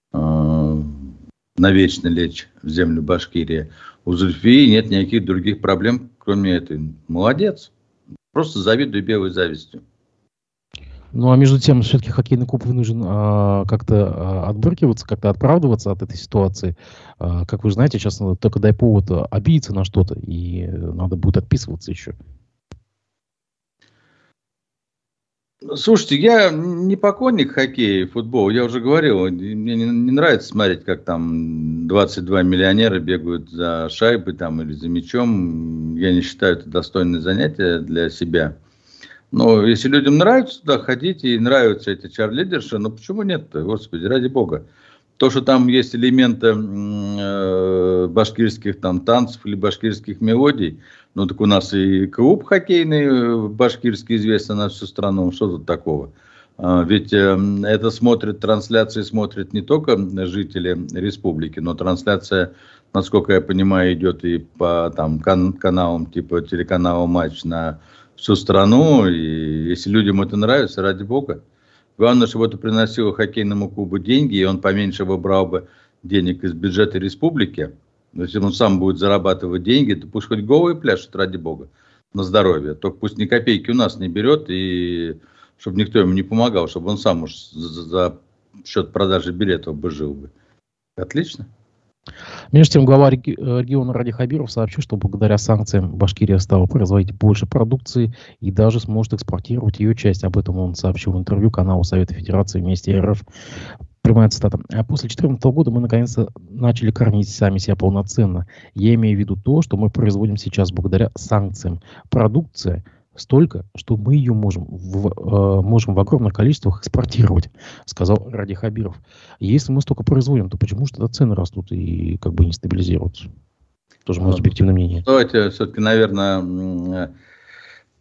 навечно лечь в землю Башкирии. У Зульфии нет никаких других проблем, кроме этой. Молодец. Просто завидую белой завистью. Ну, а между тем, все-таки хоккейный клуб вынужден как-то отбрыкиваться, как-то оправдываться от этой ситуации. Как вы знаете, сейчас только дай повод обидеться на что-то, и надо будет отписываться еще. Слушайте, я не поклонник хоккея и футбола, я уже говорил, мне не нравится смотреть, как там 22 миллионера бегают за шайбой или за мячом. Я не считаю это достойное занятие для себя. Но если людям нравится туда ходить и нравятся эти чарлидерши, почему нет-то, господи, ради бога. То, что там есть элементы башкирских танцев или башкирских мелодий, так у нас и клуб хоккейный башкирский известный на всю страну, что тут такого? Ведь это трансляции смотрят не только жители республики, но трансляция, насколько я понимаю, идет и по каналам типа телеканала «Матч» на всю страну, и если людям это нравится, ради бога. Главное, чтобы это приносило хоккейному клубу деньги, и он поменьше брал бы денег из бюджета республики. Если он сам будет зарабатывать деньги, то пусть хоть голый пляшет, ради бога, на здоровье. Только пусть ни копейки у нас не берет, и чтобы никто ему не помогал, чтобы он сам уж за счет продажи билетов бы жил бы. Отлично. Между тем, глава региона Радий Хабиров сообщил, что благодаря санкциям Башкирия стала производить больше продукции и даже сможет экспортировать ее часть. Об этом он сообщил в интервью каналу Совета Федерации «Вместе РФ». Прямая цитата. А после 2014 года мы наконец-то начали кормить сами себя полноценно. Я имею в виду то, что мы производим сейчас благодаря санкциям. Продукция столько, что мы ее можем в огромных количествах экспортировать, сказал Радий Хабиров. Если мы столько производим, то почему же тогда цены растут и не стабилизируются? Тоже мое субъективное мнение. Давайте все-таки, наверное,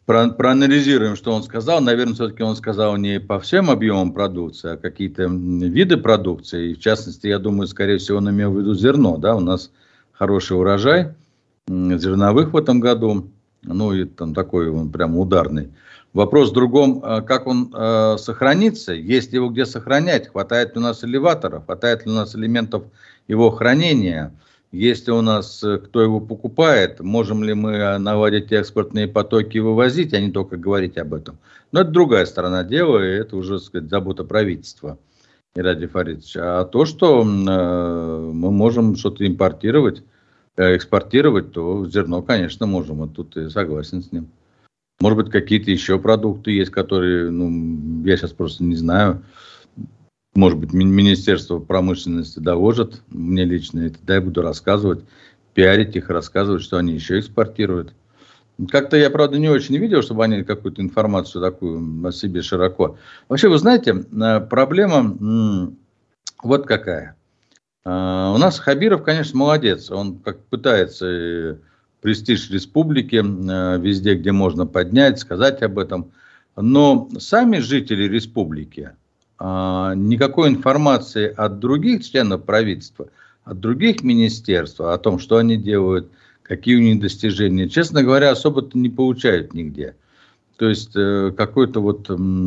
проанализируем, что он сказал. Наверное, все-таки он сказал не по всем объемам продукции, а какие-то виды продукции. И в частности, я думаю, скорее всего, он имел в виду зерно. Да? У нас хороший урожай зерновых в этом году. Ну, и там такой он прям ударный. Вопрос в другом, как он сохранится, есть ли его где сохранять, хватает ли у нас элеваторов, хватает ли у нас элементов его хранения, есть ли у нас, кто его покупает, можем ли мы наладить экспортные потоки и вывозить, а не только говорить об этом. Но это другая сторона дела, и это уже, так сказать, забота правительства, Геннадий Фаридович. А то, что мы можем что-то импортировать, экспортировать, то зерно, конечно, можем. Вот тут я согласен с ним. Может быть, какие-то еще продукты есть, которые, ну, я сейчас просто не знаю. Может быть, Министерство промышленности доложит мне лично, и тогда я буду рассказывать, пиарить их, рассказывать, что они еще экспортируют. Как-то я, правда, не очень видел, чтобы они какую-то информацию такую о себе широко. Вообще, вы знаете, проблема вот какая. У нас Хабиров, конечно, молодец. Он как пытается престиж республики везде, где можно поднять, сказать об этом. Но сами жители республики никакой информации от других членов правительства, от других министерств о том, что они делают, какие у них достижения, честно говоря, особо-то не получают нигде. То есть какой-то вот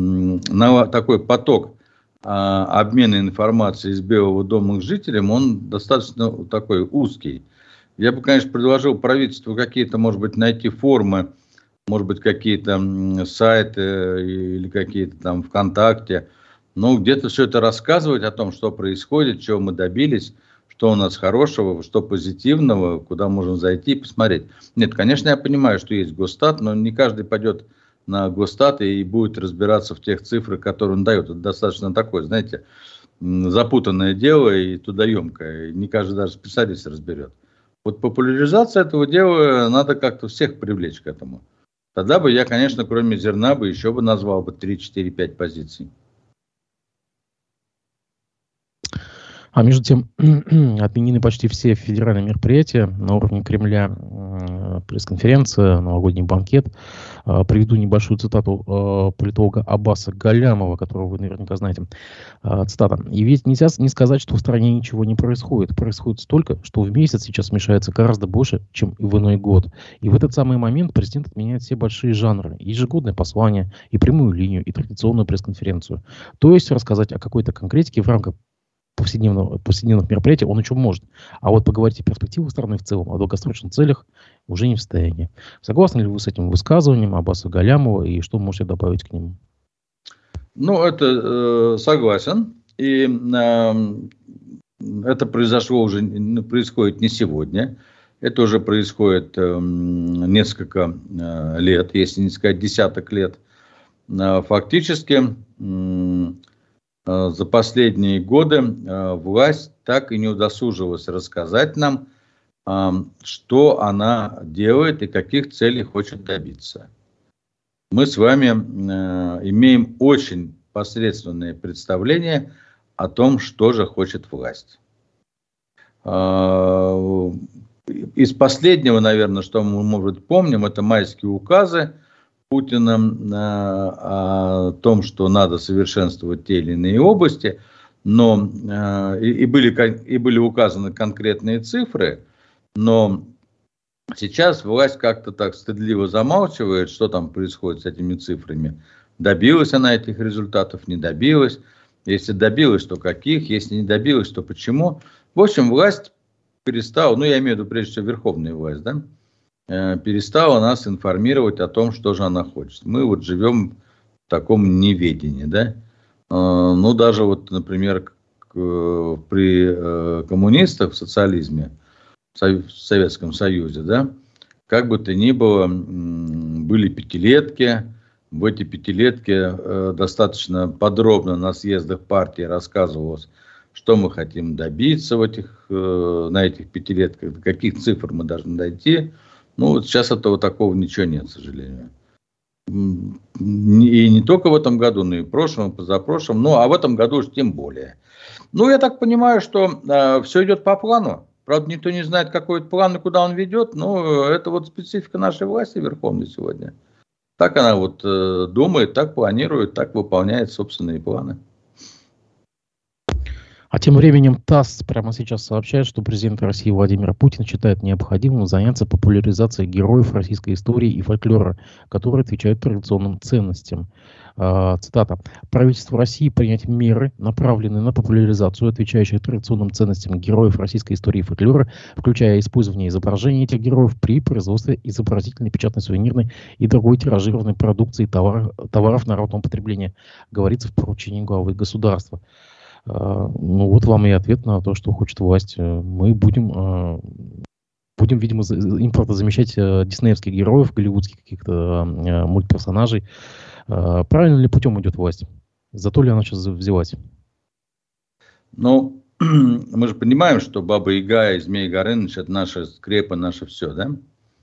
такой поток обмена информацией из Белого дома к жителям, он достаточно такой узкий. Я бы, конечно, предложил правительству какие-то, может быть, найти формы, может быть, какие-то сайты или какие-то там ВКонтакте, но где-то все это рассказывать о том, что происходит, чего мы добились, что у нас хорошего, что позитивного, куда можно зайти и посмотреть. Нет, конечно, я понимаю, что есть Госстат, но не каждый пойдет на Госстат и будет разбираться в тех цифрах, которые он дает. Это достаточно такое, знаете, запутанное дело и трудоемкое. Не каждый даже специалист разберет. Вот популяризация этого дела, надо как-то всех привлечь к этому. Тогда бы я, конечно, кроме зерна, бы еще бы назвал бы 3, 4, 5 позиций. А между тем, отменены почти все федеральные мероприятия на уровне Кремля, пресс-конференция, новогодний банкет. Приведу небольшую цитату политолога Аббаса Галямова, которого вы наверняка знаете. Цитата. «И ведь нельзя не сказать, что в стране ничего не происходит. Происходит столько, что в месяц сейчас смешается гораздо больше, чем в иной год. И в этот самый момент президент отменяет все большие жанры. Ежегодное послание, и прямую линию, и традиционную пресс-конференцию. То есть рассказать о какой-то конкретике в рамках повседневных мероприятий он еще может. А вот поговорить о перспективах страны в целом, о долгосрочных целях уже не в состоянии». Согласны ли вы с этим высказыванием Аббаса Галямова и что можете добавить к нему? Ну, это согласен. И это произошло уже, происходит не сегодня. Это уже происходит несколько лет, если не сказать десяток лет. Фактически за последние годы власть так и не удосужилась рассказать нам, что она делает и каких целей хочет добиться. Мы с вами имеем очень посредственное представление о том, что же хочет власть. Из последнего, наверное, что мы, может быть, помним, это майские указы Путина о том, что надо совершенствовать те или иные области, но и были указаны конкретные цифры, но сейчас власть как-то так стыдливо замалчивает, что там происходит с этими цифрами. Добилась она этих результатов, не добилась. Если добилась, то каких? Если не добилась, то почему? В общем, власть перестала, ну я имею в виду прежде всего верховная власть, да, перестала нас информировать о том, что же она хочет. Мы вот живем в таком неведении, да. Ну даже вот, например, при коммунистах в социализме, в Советском Союзе, да, как бы то ни было, были пятилетки. В эти пятилетки достаточно подробно на съездах партии рассказывалось, что мы хотим добиться на этих пятилетках, до каких цифр мы должны дойти. Ну, вот сейчас этого такого ничего нет, к сожалению. И не только в этом году, но и в прошлом, и позапрошлом. Ну, а в этом году уж тем более. Ну, я так понимаю, что все идет по плану. Правда, никто не знает, какой это план и куда он ведет. Но это вот специфика нашей власти верховной сегодня. Так она вот думает, так планирует, так выполняет собственные планы. А тем временем ТАСС прямо сейчас сообщает, что президент России Владимир Путин считает необходимым заняться популяризацией героев российской истории и фольклора, которые отвечают традиционным ценностям. Цитата. «Правительству России принять меры, направленные на популяризацию отвечающих традиционным ценностям героев российской истории и фольклора, включая использование изображений этих героев при производстве изобразительной, печатной, сувенирной и другой тиражированной продукции товаров народного потребления», говорится в поручении главы государства. Ну вот вам и ответ на то, что хочет власть. Мы будем, видимо, импортозамещать диснеевских героев, голливудских каких-то мультперсонажей. Правильно ли путем идет власть? За то ли она сейчас взялась? Ну, мы же понимаем, что Баба Яга и Змей Горыныч — это наши скрепы, наше все, да?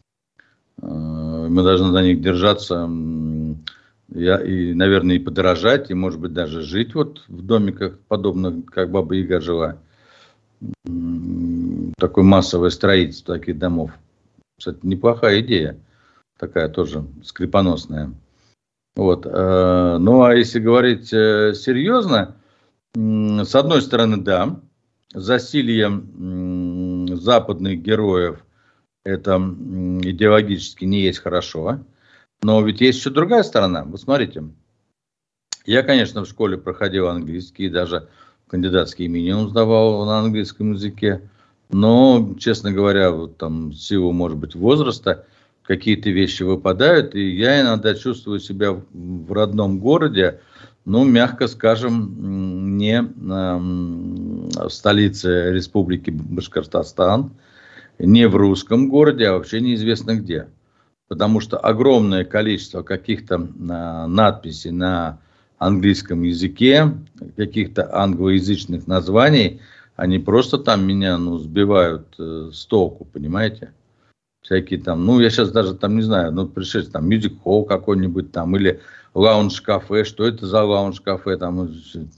Мы должны за них держаться, и, наверное, и подорожать, и, может быть, даже жить вот в домиках, подобно как Баба Яга жила. Такое массовое строительство таких домов. Кстати, неплохая идея. Такая тоже скрипоносная. Вот. Ну, а если говорить серьезно, с одной стороны, да, засилье западных героев — это идеологически не есть хорошо. Но ведь есть еще другая сторона. Вы смотрите, я, конечно, в школе проходил английский, даже кандидатский минимум сдавал на английском языке. Но, честно говоря, вот там в силу, может быть, возраста, какие-то вещи выпадают. И я иногда чувствую себя в родном городе, ну, мягко скажем, не в столице Республики Башкортостан, не в русском городе, а вообще неизвестно где. Потому что огромное количество каких-то надписей на английском языке, каких-то англоязычных названий, они просто там меня, сбивают с толку, понимаете? Всякие там, я сейчас даже там не знаю, пришли там Music Hall какой-нибудь там, или лаунж-кафе, что это за лаунж-кафе, там,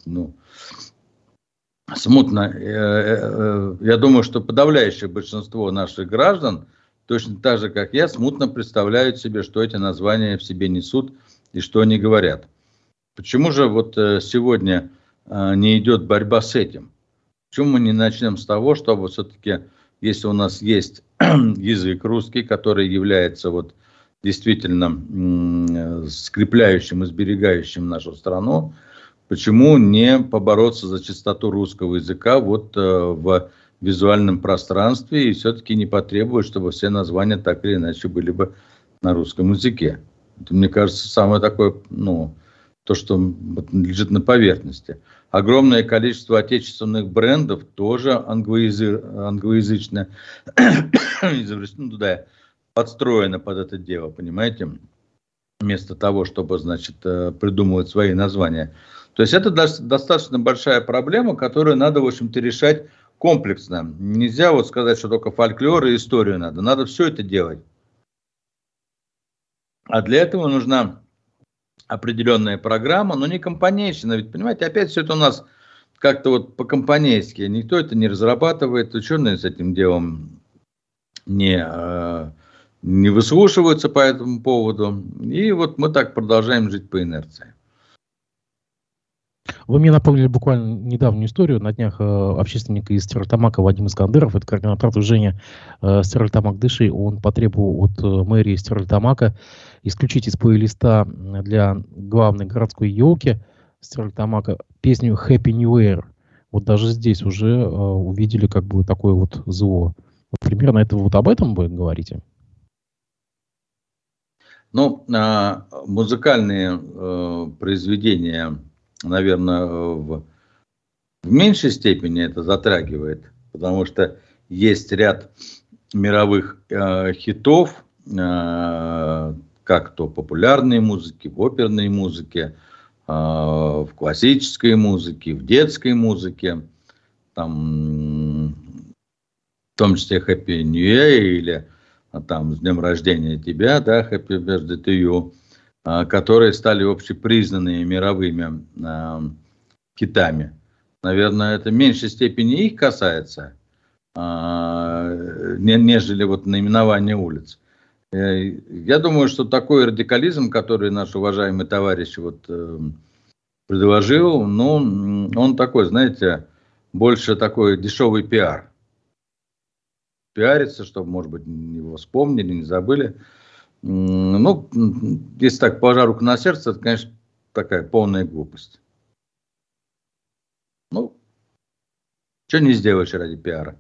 смутно. Я думаю, что подавляющее большинство наших граждан точно так же, как я, смутно представляют себе, что эти названия в себе несут и что они говорят. Почему же вот сегодня не идет борьба с этим? Почему мы не начнем с того, чтобы все-таки, если у нас есть язык русский, который является вот действительно скрепляющим и сберегающим нашу страну, почему не побороться за чистоту русского языка вот в визуальном пространстве и все-таки не потребовать, чтобы все названия так или иначе были бы на русском языке. Это, мне кажется, самое такое, то, что лежит на поверхности. Огромное количество отечественных брендов тоже англоязычно туда подстроено под это дело, понимаете? Вместо того, чтобы, придумывать свои названия. То есть это достаточно большая проблема, которую надо, в общем-то, решать комплексно. Нельзя вот сказать, что только фольклор и историю надо. Надо все это делать. А для этого нужна определенная программа, но не компанейщина. Ведь, понимаете, опять все это у нас как-то вот по-компанейски. Никто это не разрабатывает, ученые с этим делом не выслушиваются по этому поводу. И вот мы так продолжаем жить по инерции. Вы мне напомнили буквально недавнюю историю. На днях общественник из Стерлитамака Вадим Искандеров, это координатор движения Стерлитамак Дыши, он потребовал от мэрии Стерлитамака исключить из плейлиста для главной городской елки Стерлитамака песню Happy New Year. Вот даже здесь уже увидели как бы такое вот зло. Вот примерно это вот об этом вы говорите? Музыкальные произведения, наверное, в меньшей степени это затрагивает, потому что есть ряд мировых хитов, как то популярной музыки, в оперной музыке, в классической музыке, в детской музыке, там, в том числе Happy New Year или там с днем рождения тебя, да, Happy Birthday to you, которые стали общепризнанными мировыми хитами. Наверное, это в меньшей степени их касается, нежели вот наименование улиц. Я думаю, что такой радикализм, который наш уважаемый товарищ предложил, ну, он такой, знаете, больше такой дешевый пиар. Пиарится, чтобы, может быть, его вспомнили, не забыли. Ну, если так положа руку на сердце, это, конечно, такая полная глупость. Ну, что не сделаешь ради пиара.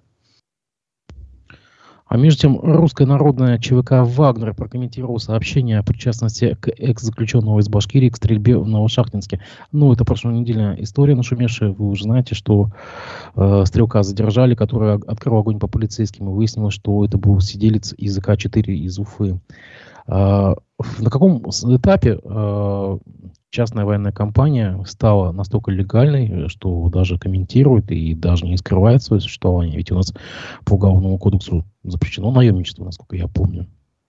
А между тем, русская народная ЧВК «Вагнер» прокомментировал сообщение о причастности к экс-заключенного из Башкирии к стрельбе в Новошахтинске. Ну, это прошлонедельная история нашумевшая. Вы уже знаете, что стрелка задержали, который открыл огонь по полицейским. И выяснилось, что это был сиделец из АК-4 из Уфы. На каком этапе частная военная компания стала настолько легальной, что даже комментирует и даже не скрывает свое существование? Ведь у нас по Уголовному кодексу запрещено наемничество, насколько я помню.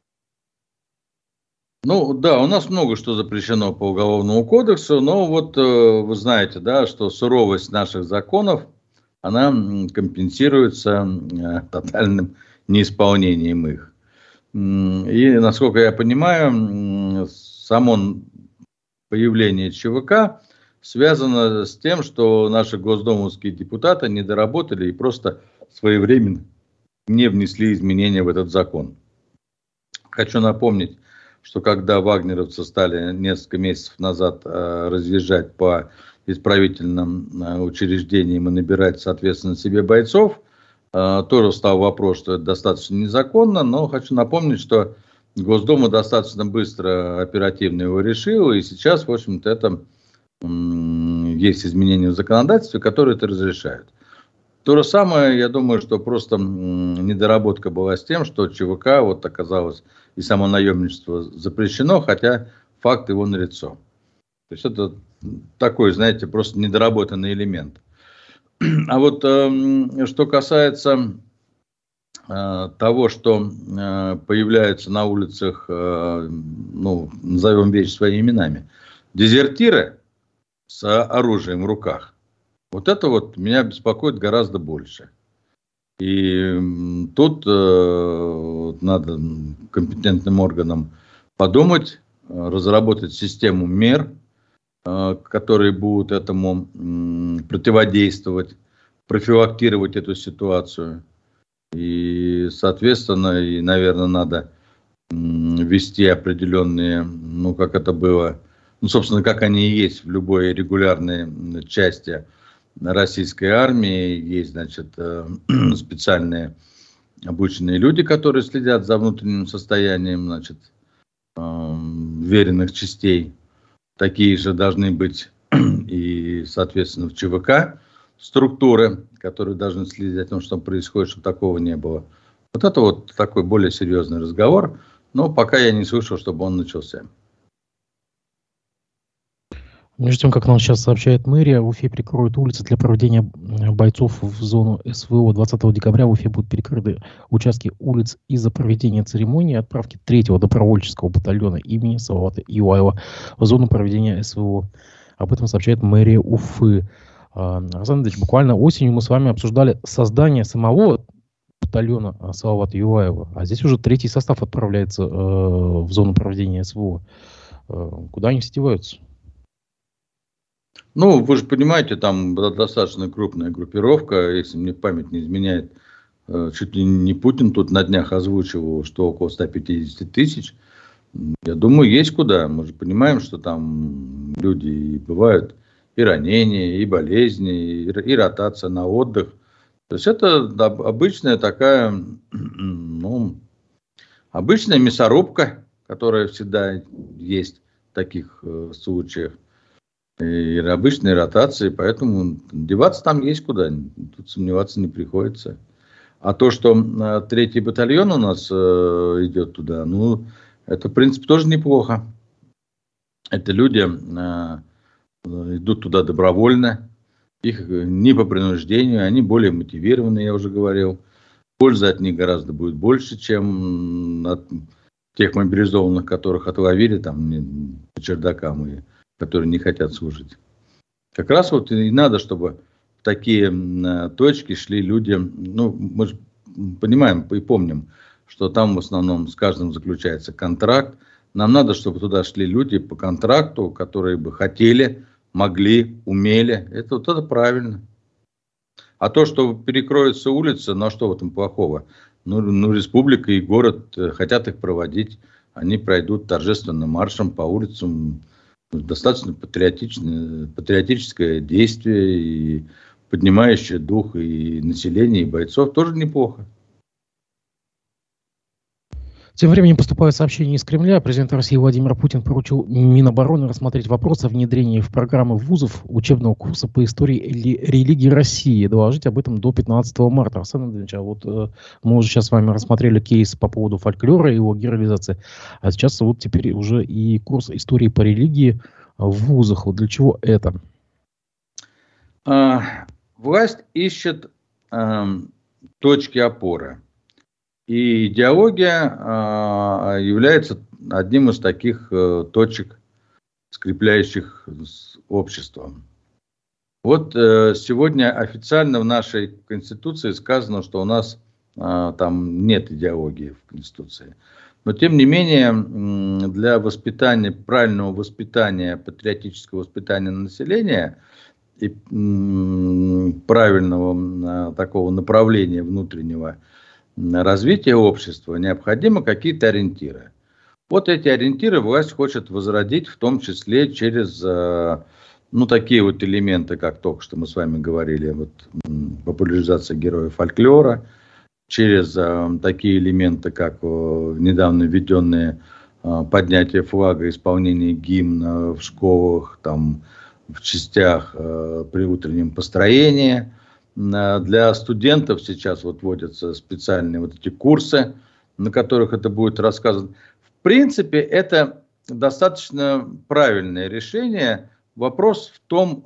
Ну да, у нас много что запрещено по Уголовному кодексу, но вот вы знаете, да, что суровость наших законов, она компенсируется тотальным неисполнением их. И, насколько я понимаю, само появление ЧВК связано с тем, что наши госдумовские депутаты не доработали и просто своевременно не внесли изменения в этот закон. Хочу напомнить, что когда вагнеровцы стали несколько месяцев назад разъезжать по исправительным учреждениям и набирать, соответственно, себе бойцов, тоже встал вопрос, что это достаточно незаконно, но хочу напомнить, что Госдума достаточно быстро, оперативно его решила, и сейчас, в общем-то, это есть изменения в законодательстве, которые это разрешают. То же самое, я думаю, что просто недоработка была с тем, что ЧВК вот оказалось и само наемничество запрещено, хотя факт его налицо. То есть это такой, знаете, просто недоработанный элемент. А вот что касается того, что появляются на улицах, ну, назовем вещи своими именами, дезертиры с оружием в руках, вот это вот меня беспокоит гораздо больше. И тут надо компетентным органам подумать, разработать систему мер, которые будут этому противодействовать, профилактировать эту ситуацию. И, соответственно, и, наверное, надо ввести определенные, ну, как это было, ну, собственно, как они и есть в любой регулярной части российской армии. Есть, значит, специальные обученные люди, которые следят за внутренним состоянием, значит, веренных частей. Такие же должны быть и, соответственно, в ЧВК структуры, которые должны следить о том, что происходит, чтобы такого не было. Вот это вот такой более серьезный разговор, но пока я не слышал, чтобы он начался. Между тем, как нам сейчас сообщает мэрия, в Уфе перекроют улицы для проведения бойцов в зону СВО. 20 декабря в Уфе будут перекрыты участки улиц из-за проведения церемонии отправки 3-го добровольческого батальона имени Салавата Юлаева в зону проведения СВО. Об этом сообщает мэрия Уфы. Александр Андреевич, буквально осенью мы с вами обсуждали создание самого батальона Салавата Юлаева, а здесь уже 3-й состав отправляется в зону проведения СВО. Куда они все деваются? Ну, вы же понимаете, там достаточно крупная группировка, если мне память не изменяет, чуть ли не Путин тут на днях озвучивал, что около 150 тысяч. Я думаю, есть куда. Мы же понимаем, что там люди и бывают и ранения, и болезни, и ротация на отдых. То есть это обычная такая, ну, обычная мясорубка, которая всегда есть в таких случаях. И обычные ротации, поэтому деваться там есть куда, тут сомневаться не приходится. А то, что 3-й батальон у нас идет туда, ну, это, в принципе, тоже неплохо. Это люди идут туда добровольно, их не по принуждению, они более мотивированы, я уже говорил. Пользы от них гораздо будет больше, чем от тех мобилизованных, которых отловили там по чердакам и которые не хотят служить. Как раз вот и надо, чтобы в такие точки шли люди. Ну, мы же понимаем и помним, что там в основном с каждым заключается контракт. Нам надо, чтобы туда шли люди по контракту, которые бы хотели, могли, умели. Это вот это правильно. А то, что перекроются улицы, ну а что в этом плохого? Ну, республика и город хотят их проводить. Они пройдут торжественным маршем по улицам. Достаточно патриотическое действие, и поднимающее дух и населения, и бойцов. Тоже неплохо. Тем временем поступают сообщения из Кремля. Президент России Владимир Путин поручил Минобороны рассмотреть вопрос о внедрении в программы вузов учебного курса по истории религии России. Доложить об этом до 15 марта. Арсен Андреевич, а вот мы уже сейчас с вами рассмотрели кейс по поводу фольклора и его героизации. А сейчас вот теперь уже и курс истории по религии в вузах. Вот для чего это? Власть ищет точки опоры. И идеология является одним из таких точек, скрепляющих общество. Вот сегодня официально в нашей Конституции сказано, что у нас там нет идеологии в Конституции. Но тем не менее, для воспитания, правильного воспитания, патриотического воспитания населения и правильного такого направления внутреннего развития общества необходимы какие-то ориентиры. Вот эти ориентиры власть хочет возродить, в том числе через такие вот элементы, как только что мы с вами говорили, вот, популяризация героев фольклора, через такие элементы, как недавно введенные поднятие флага, исполнение гимна в школах, там, в частях при утреннем построении. Для студентов сейчас вот вводятся специальные вот эти курсы, на которых это будет рассказано. В принципе, это достаточно правильное решение. Вопрос в том,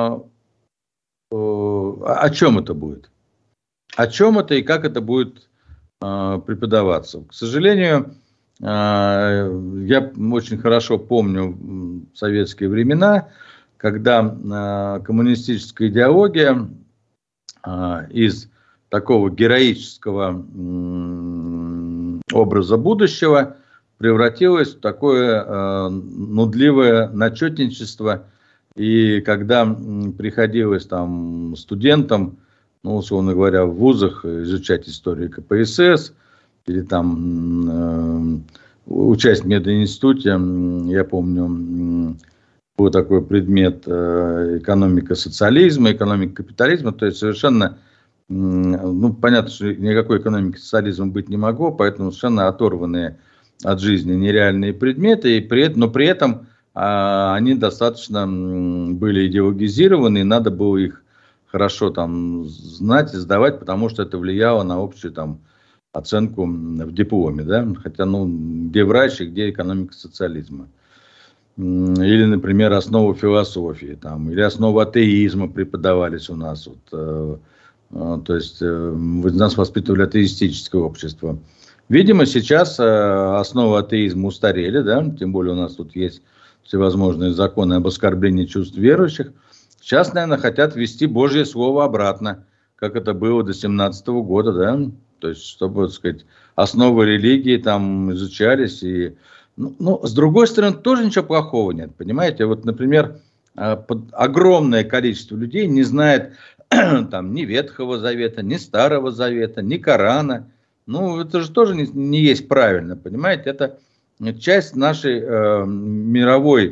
о чем это будет. О чем это и как это будет преподаваться. К сожалению, я очень хорошо помню советские времена, когда коммунистическая идеология из такого героического образа будущего превратилось в такое нудливое начетничество. И когда приходилось там студентам, условно говоря, в вузах изучать историю КПСС или там участь в мединституте, я помню, был такой предмет экономика социализма, экономика капитализма, то есть совершенно, понятно, что никакой экономики социализма быть не могло, поэтому совершенно оторванные от жизни нереальные предметы, но при этом они достаточно были идеологизированы, и надо было их хорошо там знать и сдавать, потому что это влияло на общую там оценку в дипломе, да, хотя, где врач и где экономика социализма. Или, например, основу философии, там, или основу атеизма преподавались у нас. Вот, то есть нас воспитывали атеистическое общество. Видимо, сейчас основы атеизма устарели, да, тем более у нас тут есть всевозможные законы об оскорблении чувств верующих. Сейчас, наверное, хотят ввести Божье Слово обратно, как это было до 17 года, да, то есть, чтобы, так сказать, основы религии там изучались и... с другой стороны, тоже ничего плохого нет, понимаете? Вот, например, огромное количество людей не знает там ни Ветхого Завета, ни Старого Завета, ни Корана. Это же тоже не есть правильно, понимаете? Это часть нашей мировая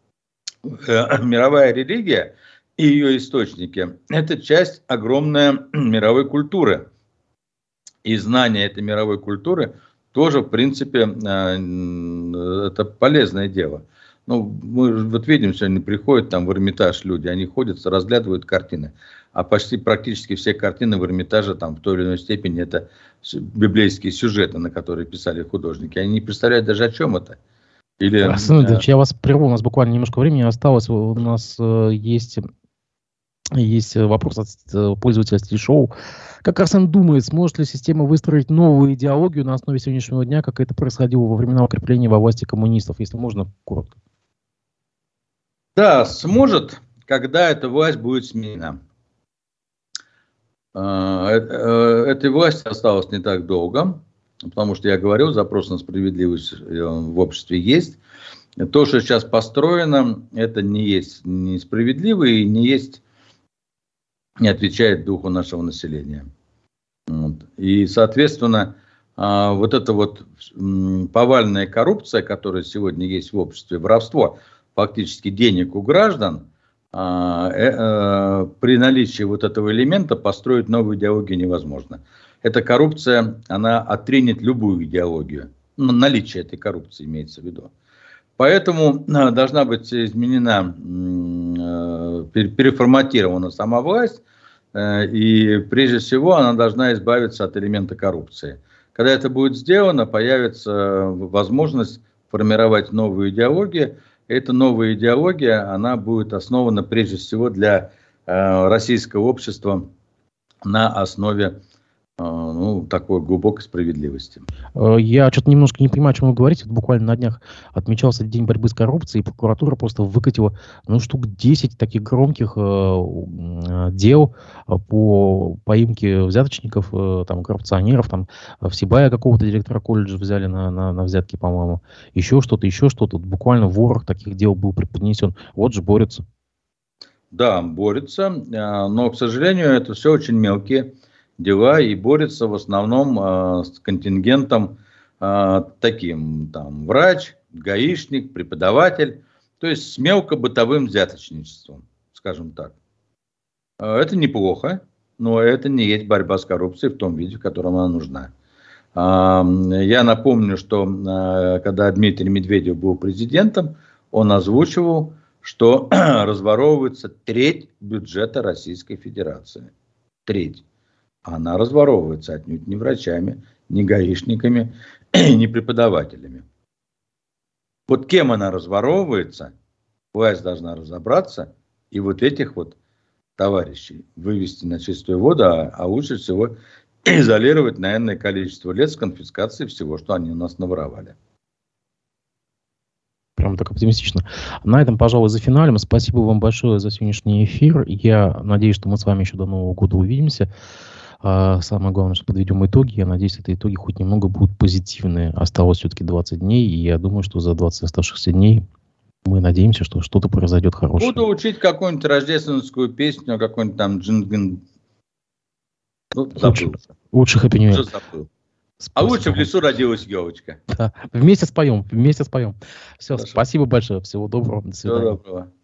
религия и ее источники. Это часть огромной мировой культуры. И знание этой мировой культуры тоже, в принципе, это полезное дело. Мы вот видим, сегодня приходят там в Эрмитаж люди, они ходят, разглядывают картины. А практически все картины в Эрмитаже там в той или иной степени это библейские сюжеты, на которые писали художники. Они не представляют даже, о чем это. Арсен Ильич, я вас прерву, у нас буквально немножко времени осталось. У нас есть вопрос от пользователя Стиль-шоу. Как Арсен думает, сможет ли система выстроить новую идеологию на основе сегодняшнего дня, как это происходило во времена укрепления во власти коммунистов? Если можно, коротко. Да, сможет, когда эта власть будет сменена. Этой власти осталось не так долго. потому что я говорил, запрос на справедливость в обществе есть. То, что сейчас построено, это не есть несправедливо и не отвечает духу нашего населения. Вот. И, соответственно, вот эта вот повальная коррупция, которая сегодня есть в обществе, воровство фактически денег у граждан, при наличии вот этого элемента построить новую идеологию невозможно. Эта коррупция, она отринет любую идеологию. Наличие этой коррупции имеется в виду. Поэтому должна быть изменена, переформатирована сама власть, и прежде всего она должна избавиться от элемента коррупции. Когда это будет сделано, появится возможность формировать новую идеологию. Эта новая идеология, она будет основана прежде всего для российского общества на основе такой глубокой справедливости. Я что-то немножко не понимаю, о чем вы говорите. Вот буквально на днях отмечался День борьбы с коррупцией, и прокуратура просто выкатила штук 10 таких громких дел по поимке взяточников, там, коррупционеров, там, Всебая какого-то директора колледжа взяли на взятки, по-моему. Еще что-то. Буквально ворох таких дел был преподнесен. Вот же борются. Да, борются, но, к сожалению, это все очень мелкие дела и борется в основном с контингентом таким, там, врач, гаишник, преподаватель, то есть с мелкобытовым взяточничеством, скажем так. Это неплохо, но это не есть борьба с коррупцией в том виде, в котором она нужна. Я напомню, что когда Дмитрий Медведев был президентом, он озвучивал, что разворовывается треть бюджета Российской Федерации. Треть. Она разворовывается отнюдь не врачами, не гаишниками, не преподавателями. Вот кем она разворовывается, власть должна разобраться и вот этих вот товарищей вывести на чистую воду, а лучше всего изолировать на энное количество лет с конфискацией всего, что они у нас наворовали. Прям так оптимистично. На этом, пожалуй, зафиналим. Спасибо вам большое за сегодняшний эфир. Я надеюсь, что мы с вами еще до Нового года увидимся. Самое главное, что подведем итоги. Я надеюсь, эти итоги хоть немного будут позитивные. Осталось все-таки 20 дней, и я думаю, что за 20 оставшихся дней мы надеемся, что что-то произойдет хорошее. Буду учить какую-нибудь рождественскую песню, какой-нибудь там джингин. Лучше Happy New Year. А лучше в лесу родилась елочка. Да. Вместе споем. Все, хорошо. Спасибо большое. Всего доброго. До свидания. Всего доброго.